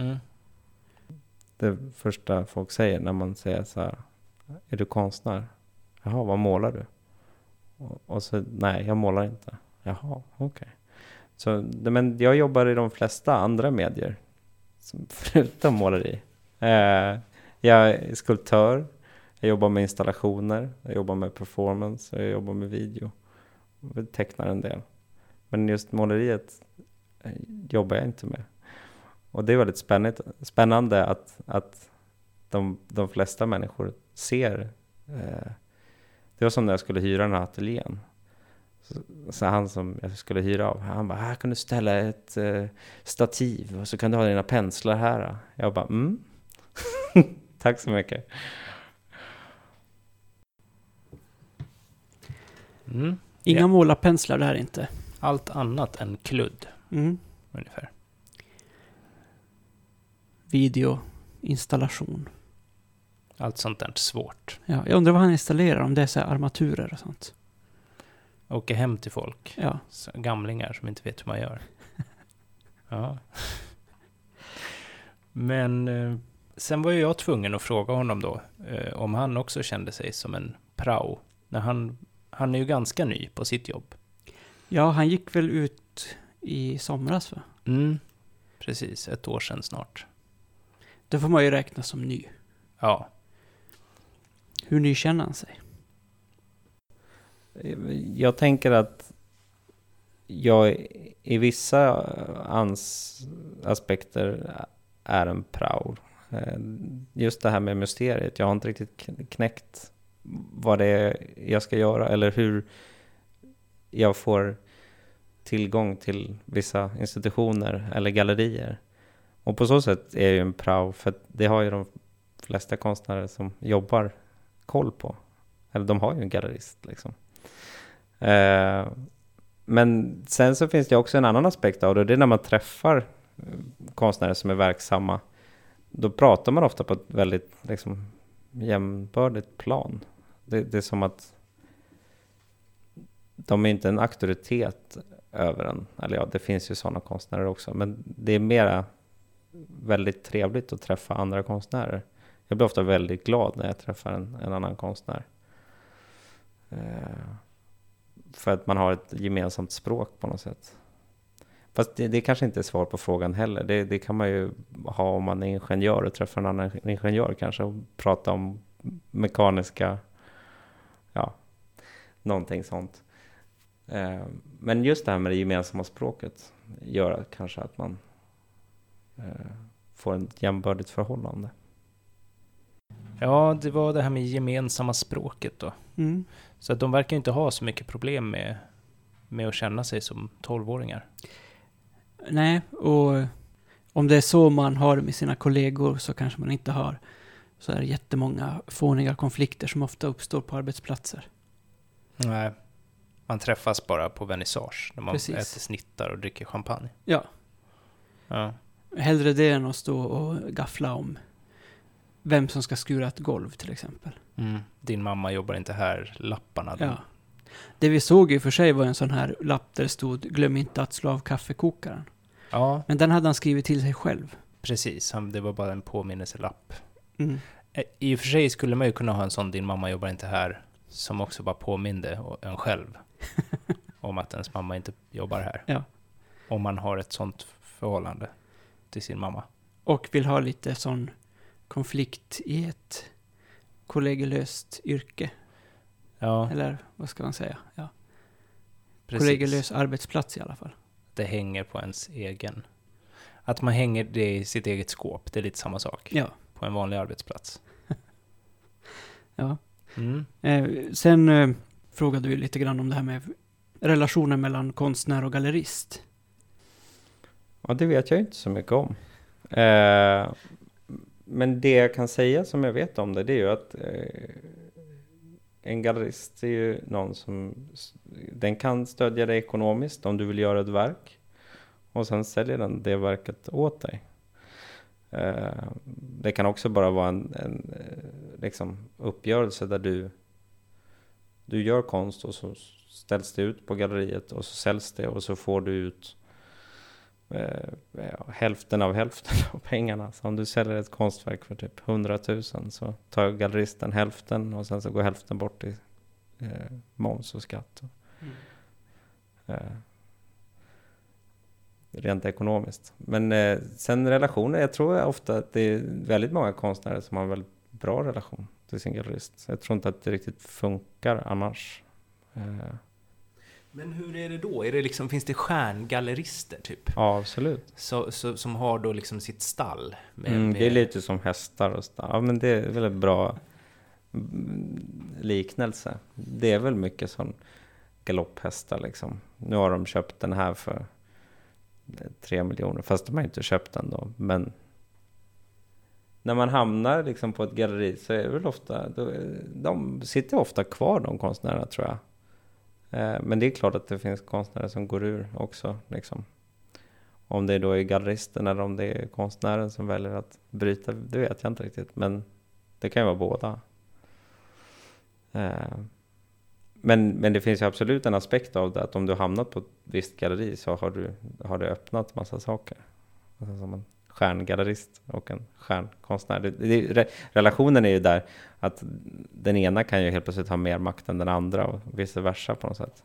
Det första folk säger när man säger så här: är du konstnär? Jaha, vad målar du? Och så, nej, jag målar inte. Jaha, okej. Så, men jag jobbar i de flesta andra medier förutom måleri. Jag är skulptör. Jag jobbar med installationer, jag jobbar med performance, jag jobbar med video. Jag tecknar en del. Men just måleriet jobbar jag inte med. Och det är väldigt spännande att de flesta människor ser. Det var som när jag skulle hyra den här ateljén. Så han som jag skulle hyra av, han bara, här kan du ställa ett stativ och så kan du ha dina penslar här. Jag bara, tack så mycket. Inga målarpenslar där inte. Allt annat än kludd. Ungefär. Video, installation. Allt sånt där svårt. Ja, jag undrar vad han installerar, om det är så här armaturer och sånt. Åker hem till folk. Ja. Så gamlingar som inte vet hur man gör. Ja. Men sen var ju jag tvungen att fråga honom då om han också kände sig som en prao. När han är ju ganska ny på sitt jobb. Ja, han gick väl ut i somras, va? Precis, 1 år sedan snart. Då får man ju räkna som ny. Ja. Hur ny känner han sig? Jag tänker att jag i vissa aspekter är en prao. Just det här med mysteriet. Jag har inte riktigt knäckt vad det är jag ska göra eller hur jag får tillgång till vissa institutioner eller gallerier. Och på så sätt är jag ju en prao, för att det har ju de flesta konstnärer som jobbar koll på. Eller de har ju en gallerist liksom. Men sen så finns det också en annan aspekt av det. Det är när man träffar konstnärer som är verksamma. Då pratar man ofta på ett väldigt liksom, jämnbördigt plan. Det är som att de är inte en auktoritet över en. Eller ja, det finns ju sådana konstnärer också. Men det är mera väldigt trevligt att träffa andra konstnärer. Jag blir ofta väldigt glad när jag träffar en annan konstnär. För att man har ett gemensamt språk på något sätt. Fast det kanske inte är svar på frågan heller. Det kan man ju ha om man är ingenjör och träffar en annan ingenjör kanske och prata om mekaniska, ja, någonting sånt. Men just det här med det gemensamma språket gör kanske att man får ett jämbördigt förhållande. Ja, det var det här med gemensamma språket då. Mm. Så att de verkar inte ha så mycket problem med att känna sig som 12-åringar. Nej, och om det är så man har med sina kollegor så kanske man inte har. Så är det jättemånga fåniga konflikter som ofta uppstår på arbetsplatser. Nej, man träffas bara på vernissage när man Precis. äter snittar och dricker champagne. Ja. Ja. Hellre det än att stå och gaffla om vem som ska skura ett golv till exempel. Din mamma jobbar inte här, lapparna. Ja. Det vi såg i och för sig var en sån här lapp där det stod glöm inte att slå av kaffekokaren. Ja, Men den hade han skrivit till sig själv. precis. Det var bara en påminnelselapp. Mm. I och för sig skulle man ju kunna ha en sån din mamma jobbar inte här som också bara påminde en själv om att ens mamma inte jobbar här. Ja. Om man har ett sånt förhållande till sin mamma. Och vill ha lite sån konflikt i ett kollegelöst yrke. Ja, Eller vad ska man säga? Ja. precis. Kollegelös arbetsplats i alla fall. Det hänger på ens egen. Att man hänger det i sitt eget skåp, det är lite samma sak. Ja. På en vanlig arbetsplats. Ja. Mm. Sen frågade vi lite grann om det här med relationen mellan konstnär och gallerist. Ja, det vet jag inte så mycket om. Men det jag kan säga som jag vet om det är ju att en gallerist är ju någon som den kan stödja dig ekonomiskt om du vill göra ett verk. Och sen säljer den det verket åt dig. Det kan också bara vara en liksom uppgörelse där du gör konst och så ställs det ut på galleriet och så säljs det och så får du ut hälften av pengarna. Så om du säljer ett konstverk för typ 100 000 så tar galleristen hälften och sen så går hälften bort i moms och skatt. Rent ekonomiskt. Men sen relationer, jag tror ofta att det är väldigt många konstnärer som har en väldigt bra relation till sin gallerist. Jag tror inte att det riktigt funkar annars. Men hur är det då? Är det liksom, finns det stjärngallerister typ? Ja, absolut. Som har då liksom sitt stall? Med... Det är lite som hästar och stall. Ja, men det är väl en bra liknelse. Det är väl mycket som galopphästar liksom. Nu har de köpt den här för 3 miljoner, fast de har inte köpt den då. Men när man hamnar liksom på ett galleri så är det väl ofta, de sitter ofta kvar, de konstnärerna, tror jag. Men det är klart att det finns konstnärer som går ur också. Liksom. Om det då är galleristen eller om det är konstnären som väljer att bryta, det vet jag inte riktigt. Men det kan ju vara båda. Men det finns ju absolut en aspekt av det, att om du hamnat på ett visst galleri så har du öppnat massa saker. Alltså som en stjärngallerist och en stjärnkonstnär. Relationen är ju där att den ena kan ju helt plötsligt ha mer makt än den andra och vice versa på något sätt.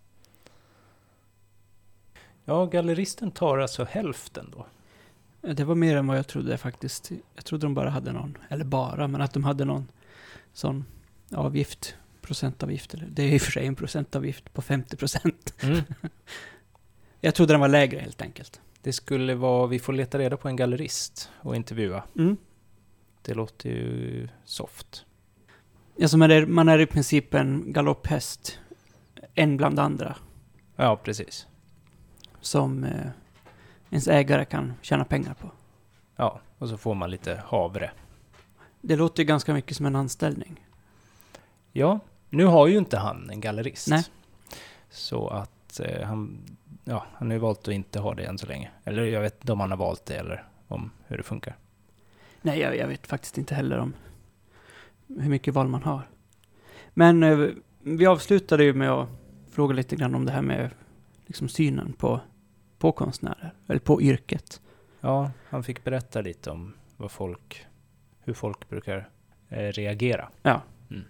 Ja, galleristen tar alltså hälften då. Det var mer än vad jag trodde faktiskt. Jag trodde de bara hade någon, eller bara, men att de hade någon sån avgift, procentavgift. Eller, det är i och för sig en procentavgift på 50%. Mm. Jag trodde den var lägre helt enkelt. Det skulle vara, vi får leta reda på en gallerist och intervjua. Mm. Det låter ju soft. Ja, så man är i princip en galopphäst. En bland andra. Ja, precis. Som ens ägare kan tjäna pengar på. Ja, och så får man lite havre. Det låter ju ganska mycket som en anställning. Ja, nu har ju inte han en gallerist. Nej. Så att han har ju valt att inte ha det än så länge. Eller jag vet inte om han har valt det eller om hur det funkar. Nej, jag vet faktiskt inte heller om hur mycket val man har. Men vi avslutade ju med att fråga lite grann om det här med liksom synen på konstnärer, eller på yrket. Ja, han fick berätta lite om hur folk brukar reagera. Ja. Mm.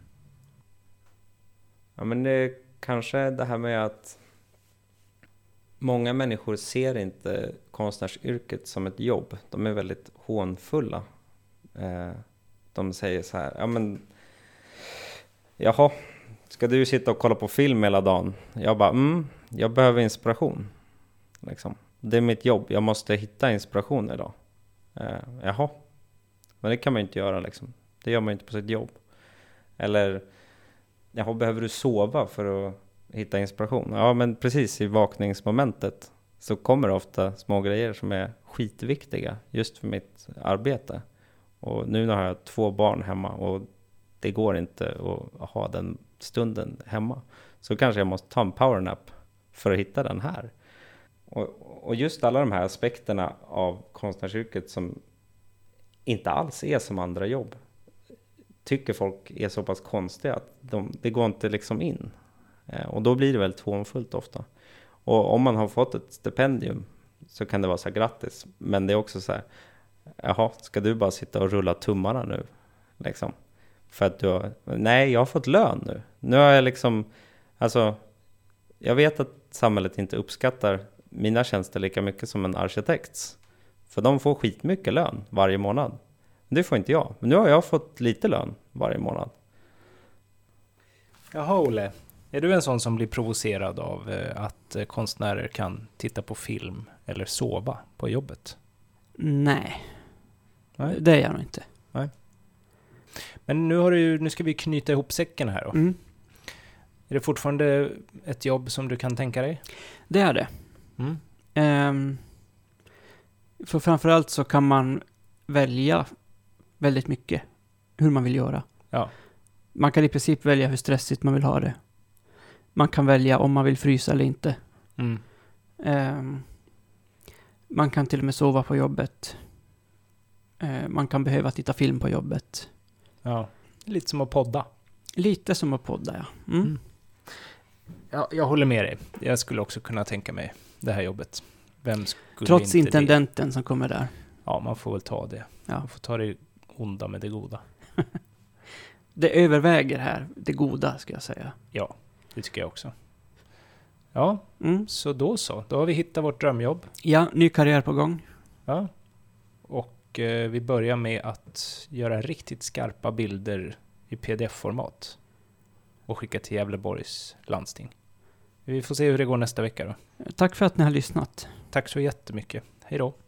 Ja, men det kanske det här med att många människor ser inte konstnärsyrket som ett jobb. De är väldigt hånfulla. De säger så här, ja men jaha, ska du sitta och kolla på film hela dagen? Jag bara, jag behöver inspiration. Liksom. Det är mitt jobb, jag måste hitta inspiration idag. Jaha, men det kan man ju inte göra liksom. Det gör man ju inte på sitt jobb. Eller, jaha, behöver du sova för att hitta inspiration? Ja, men precis i vakningsmomentet så kommer det ofta små grejer som är skitviktiga just för mitt arbete. Och nu har jag 2 barn hemma och det går inte att ha den stunden hemma. Så kanske jag måste ta en powernap för att hitta den här. Och just alla de här aspekterna av konstnärsyrket som inte alls är som andra jobb tycker folk är så pass konstiga att det går inte liksom in. Och då blir det väldigt hånfullt ofta. Och om man har fått ett stipendium så kan det vara så här grattis. Men det är också så här, jaha, ska du bara sitta och rulla tummarna nu? Liksom. För att nej, jag har fått lön nu. Nu har jag liksom, alltså, jag vet att samhället inte uppskattar mina tjänster lika mycket som en arkitekts. För de får skitmycket lön varje månad. Det får inte jag. Men nu har jag fått lite lön varje månad. Jaha, Olle. Är du en sån som blir provocerad av att konstnärer kan titta på film eller sova på jobbet? Nej. Det är jag nog inte. Nej. Men nu ska vi knyta ihop säcken här då. Mm. Är det fortfarande ett jobb som du kan tänka dig? Det är det. För framförallt så kan man välja väldigt mycket hur man vill göra. Ja. Man kan i princip välja hur stressigt man vill ha det. Man kan välja om man vill frysa eller inte. Man kan till och med sova på jobbet. Man kan behöva titta film på jobbet. Ja, lite som att podda. Lite som att podda, ja. Ja, jag håller med dig. Jag skulle också kunna tänka mig det här jobbet. Vem skulle Trots inte intendenten som kommer där. Ja, man får väl ta det. Ja. Man får ta det onda med det goda. Det överväger här, det goda ska jag säga. Ja, det tycker jag också. Ja, så då så. Då har vi hittat vårt drömjobb. Ja, ny karriär på gång. Ja, och vi börjar med att göra riktigt skarpa bilder i pdf-format och skicka till Gävleborgs landsting. Vi får se hur det går nästa vecka då. Tack för att ni har lyssnat. Tack så jättemycket. Hej då.